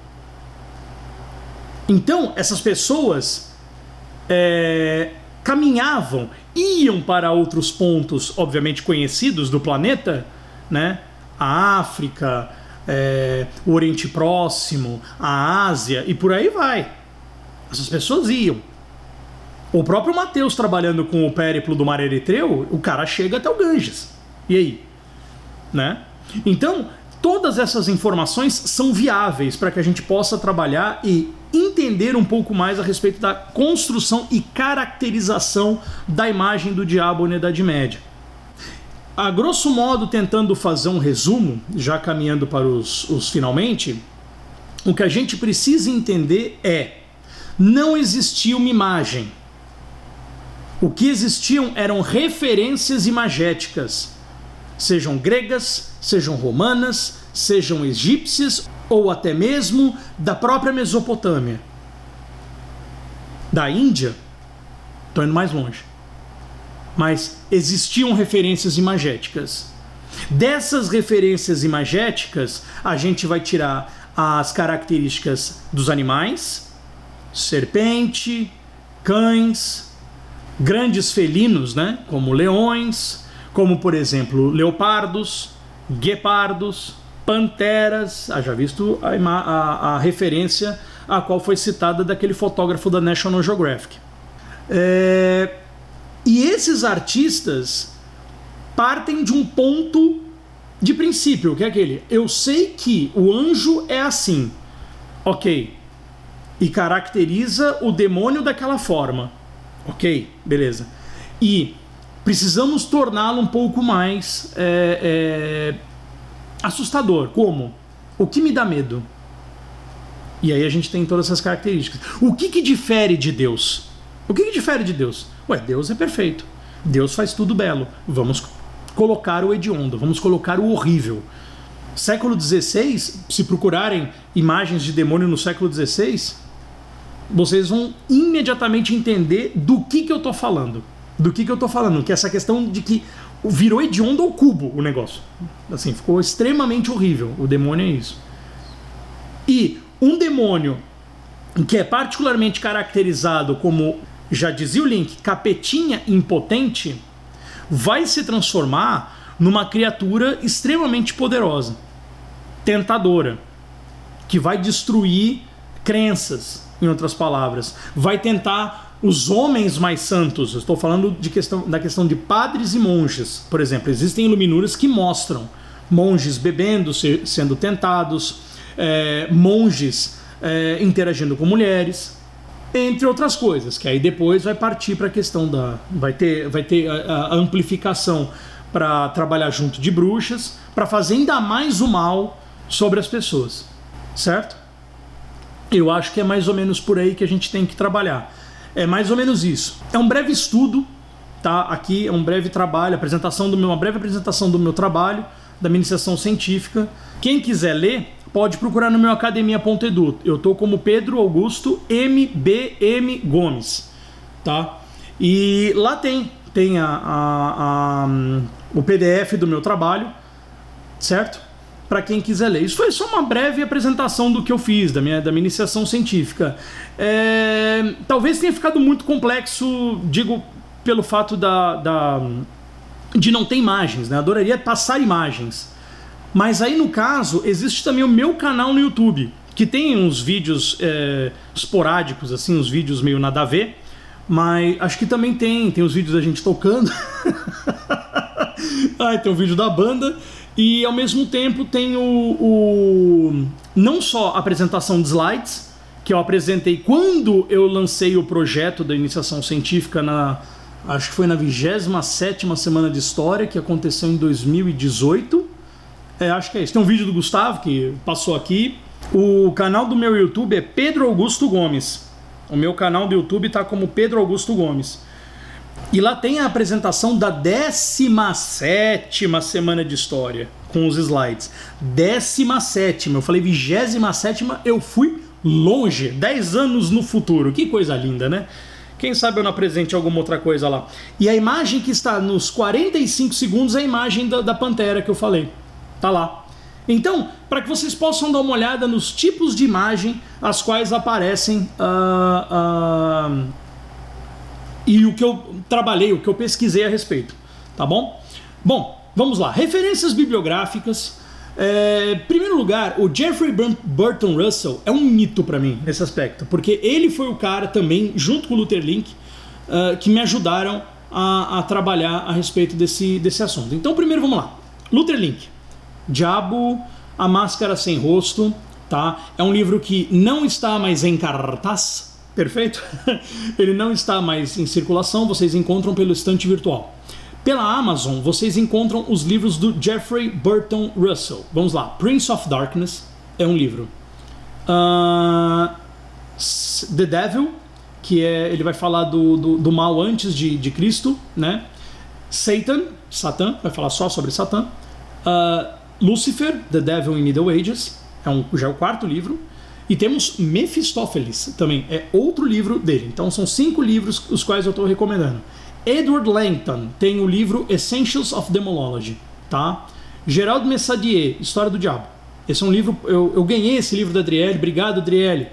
Então, essas pessoas é, caminhavam, iam para outros pontos, obviamente conhecidos do planeta, né? A África, é, o Oriente Próximo, a Ásia e por aí vai. Essas pessoas iam. O próprio Mateus, trabalhando com o périplo do Mar Eritreu, o cara chega até o Ganges. E aí? Né? Então, todas essas informações são viáveis para que a gente possa trabalhar e entender um pouco mais a respeito da construção e caracterização da imagem do diabo na Idade Média. A grosso modo, tentando fazer um resumo, já caminhando para os, os finalmente, o que a gente precisa entender é: não existia uma imagem. O que existiam eram referências imagéticas, sejam gregas, sejam romanas, sejam egípcias ou até mesmo da própria Mesopotâmia. Da Índia, estou indo mais longe. Mas existiam referências imagéticas. Dessas referências imagéticas, a gente vai tirar as características dos animais, serpente, cães, grandes felinos, né, como leões, como por exemplo leopardos, guepardos, panteras. Ah, já visto a, a, a referência a qual foi citada daquele fotógrafo da National Geographic. É, e esses artistas partem de um ponto de princípio, que é aquele: eu sei que o anjo é assim, ok, e caracteriza o demônio daquela forma, ok, beleza, e precisamos torná-lo um pouco mais é, é, assustador. Como? O que me dá medo? E aí a gente tem todas essas características. O que que difere de Deus? O que que difere de Deus? Ué, Deus é perfeito. Deus faz tudo belo. Vamos colocar o hediondo, vamos colocar o horrível. Século dezesseis, se procurarem imagens de demônio no século dezesseis, vocês vão imediatamente entender do que que eu tô falando. Do que que eu tô falando, que é essa questão de que virou hediondo ao cubo o negócio. Assim, ficou extremamente horrível. O demônio é isso. E um demônio que é particularmente caracterizado como, já dizia o Link, capetinha impotente, vai se transformar numa criatura extremamente poderosa, tentadora, que vai destruir crenças, em outras palavras. Vai tentar os homens mais santos. Eu estou falando de questão, da questão de padres e monges. Por exemplo, existem iluminuras que mostram monges bebendo, se, sendo tentados, é, monges é, interagindo com mulheres, entre outras coisas, que aí depois vai partir para a questão da... vai ter, vai ter a, a amplificação para trabalhar junto de bruxas, para fazer ainda mais o mal sobre as pessoas, certo? Eu acho que é mais ou menos por aí que a gente tem que trabalhar. É mais ou menos isso. É um breve estudo, tá? Aqui é um breve trabalho, apresentação do meu, uma breve apresentação do meu trabalho, da minha iniciação científica. Quem quiser ler, pode procurar no meu academia ponto edu. Eu tô como Pedro Augusto M B M Gomes, tá? E lá tem, tem a, a, a, o P D F do meu trabalho, certo? Para quem quiser ler. Isso foi só uma breve apresentação do que eu fiz, da minha, da minha iniciação científica. É, talvez tenha ficado muito complexo, digo, pelo fato da, da, de não ter imagens, né? Adoraria passar imagens. Mas aí, no caso, existe também o meu canal no YouTube, que tem uns vídeos é, esporádicos, assim, uns vídeos meio nada a ver, mas acho que também tem, tem os vídeos da gente tocando. Ah, tem o vídeo da banda. E ao mesmo tempo tem o, o não só a apresentação de slides, que eu apresentei quando eu lancei o projeto da iniciação científica na, acho que foi na vigésima sétima semana de história, que aconteceu em dois mil e dezoito. É, acho que é isso. Tem um vídeo do Gustavo que passou aqui. O canal do meu YouTube é Pedro Augusto Gomes. O meu canal do YouTube tá como Pedro Augusto Gomes. E lá tem a apresentação da décima sétima semana de história, com os slides. décima sétima, eu falei vigésima sétima, eu fui longe, dez anos no futuro. Que coisa linda, né? Quem sabe eu não apresente alguma outra coisa lá. E a imagem que está nos quarenta e cinco segundos é a imagem da, da Pantera que eu falei. Tá lá. Então, para que vocês possam dar uma olhada nos tipos de imagem as quais aparecem... Uh, uh, e o que eu trabalhei, o que eu pesquisei a respeito, tá bom? Bom, vamos lá. Referências bibliográficas. É, em primeiro lugar, o Jeffrey Burton Russell é um mito para mim nesse aspecto, porque ele foi o cara também, junto com o Luther Link, uh, que me ajudaram a, a trabalhar a respeito desse, desse assunto. Então, primeiro vamos lá. Luther Link, Diabo, a Máscara Sem Rosto, tá? É um livro que não está mais em cartaz. Perfeito? Ele não está mais em circulação, vocês encontram pelo estante virtual. Pela Amazon, vocês encontram os livros do Jeffrey Burton Russell. Vamos lá. Prince of Darkness é um livro. Uh, The Devil, que é, ele vai falar do, do, do mal antes de, de Cristo, né? Satan, Satã, vai falar só sobre Satã. Uh, Lucifer, The Devil in Middle Ages, é um, já é o quarto livro. E temos Mephistófeles também, é outro livro dele. Então são cinco livros os quais eu estou recomendando. Edward Langton tem o livro Essentials of Demonology, tá? Gerald Messadier, História do Diabo. Esse é um livro, eu, eu ganhei esse livro da Adriele, obrigado Adriele.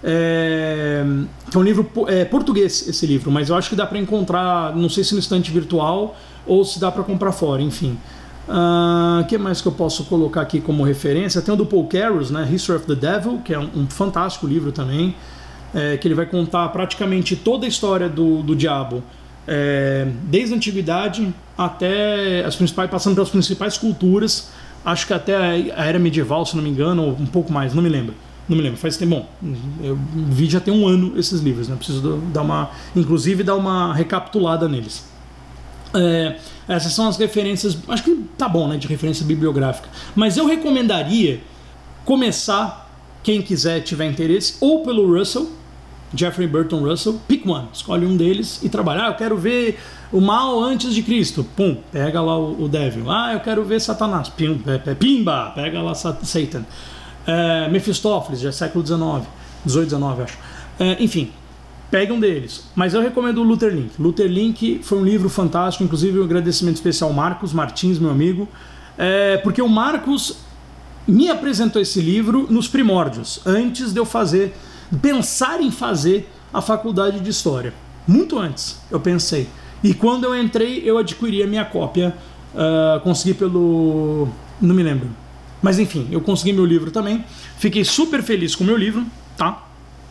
É, é um livro é, português esse livro, mas eu acho que dá para encontrar, não sei se no estante virtual ou se dá para comprar fora, enfim. O uh, que mais que eu posso colocar aqui como referência? Tem o do Paul Carus, né? History of the Devil, que é um, um fantástico livro também, é, que ele vai contar praticamente toda a história do, do diabo, é, desde a antiguidade até as principais, passando pelas principais culturas, acho que até a era medieval, se não me engano, ou um pouco mais, não me lembro. Não me lembro, faz tempo. Bom, eu vi já tem um ano esses livros, né? Preciso dar uma, inclusive dar uma recapitulada neles. É, essas são as referências, acho que tá bom, né, de referência bibliográfica, mas eu recomendaria começar, quem quiser tiver interesse, ou pelo Russell, Jeffrey Burton Russell, pick one, escolhe um deles e trabalha. Ah, eu quero ver o mal antes de Cristo, pum, pega lá o, o Devil. Ah, eu quero ver Satanás, pim, pimba, pega lá Satan. É, Mephistófeles, já é século dezenove, dezoito, dezenove acho. É, enfim, pegue um deles. Mas eu recomendo o Luther Link. Luther Link foi um livro fantástico, inclusive um agradecimento especial ao Marcos Martins, meu amigo, é, porque o Marcos me apresentou esse livro nos primórdios, antes de eu fazer, pensar em fazer a faculdade de História. Muito antes, eu pensei. E quando eu entrei, eu adquiri a minha cópia, uh, consegui pelo... não me lembro. Mas enfim, eu consegui meu livro também. Fiquei super feliz com o meu livro, tá?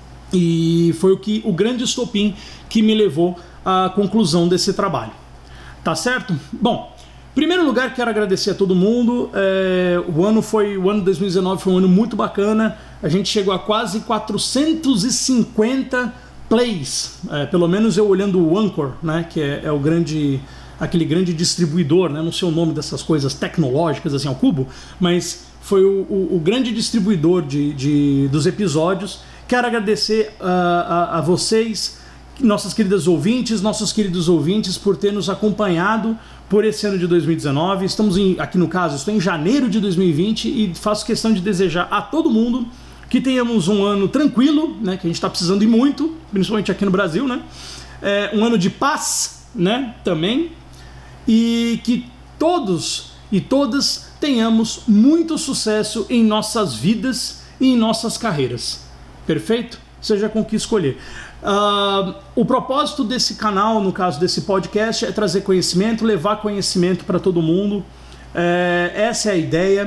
E foi o, que, o grande estopim que me levou à conclusão desse trabalho. Tá certo? Bom, em primeiro lugar, quero agradecer a todo mundo. É, o ano foi, o ano de dois mil e dezenove foi um ano muito bacana. A gente chegou a quase quatrocentos e cinquenta plays. É, pelo menos eu olhando o Anchor, né, que é, é o grande, aquele grande distribuidor, né, não sei o nome dessas coisas tecnológicas assim ao cubo, mas foi o, o, o grande distribuidor de, de, dos episódios. Quero agradecer uh, a, a vocês, nossas queridas ouvintes, nossos queridos ouvintes, por ter nos acompanhado por esse ano de dois mil e dezenove. Estamos em, aqui no caso, estou em janeiro de dois mil e vinte e faço questão de desejar a todo mundo que tenhamos um ano tranquilo, né, que a gente está precisando de muito, principalmente aqui no Brasil, né? É, um ano de paz, né, também, e que todos e todas tenhamos muito sucesso em nossas vidas e em nossas carreiras. Perfeito? Seja com o que escolher. Uh, o propósito desse canal, no caso desse podcast, é trazer conhecimento, levar conhecimento para todo mundo. É, essa é a ideia.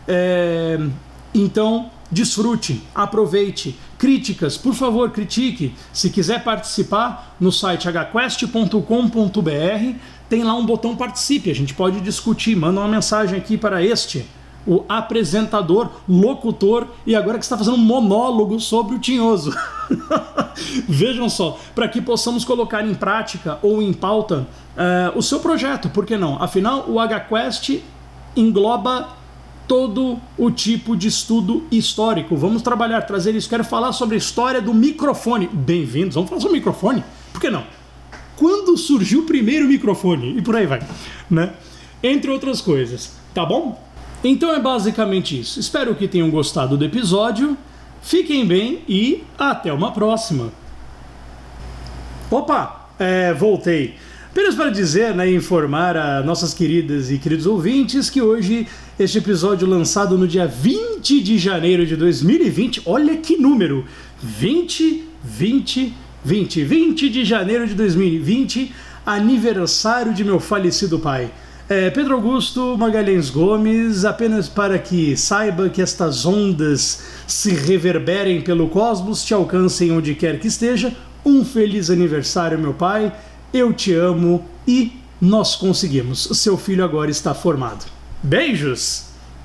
É, então, desfrute, aproveite. Críticas, por favor, critique. Se quiser participar, no site h quest ponto com ponto b r tem lá um botão participe, a gente pode discutir. Manda uma mensagem aqui para este, o apresentador, locutor, e agora que está fazendo um monólogo sobre o Tinhoso. Vejam só, para que possamos colocar em prática ou em pauta uh, o seu projeto, por que não? Afinal, o H Quest engloba todo o tipo de estudo histórico. Vamos trabalhar, trazer isso. Quero falar sobre a história do microfone. Bem-vindos, vamos falar sobre o microfone? Por que não? Quando surgiu o primeiro microfone? E por aí vai, né? Entre outras coisas, tá bom? Então é basicamente isso. Espero que tenham gostado do episódio. Fiquem bem e até uma próxima. Opa, é, voltei. Apenas para dizer, né, informar a nossas queridas e queridos ouvintes que hoje este episódio lançado no dia vinte de janeiro de dois mil e vinte, olha que número, vinte, vinte, vinte, vinte de janeiro de dois mil e vinte, aniversário de meu falecido pai. É, Pedro Augusto Magalhães Gomes, apenas para que saiba que estas ondas se reverberem pelo cosmos, te alcancem onde quer que esteja. Um feliz aniversário, meu pai. Eu te amo e nós conseguimos. Seu filho agora está formado. Beijos!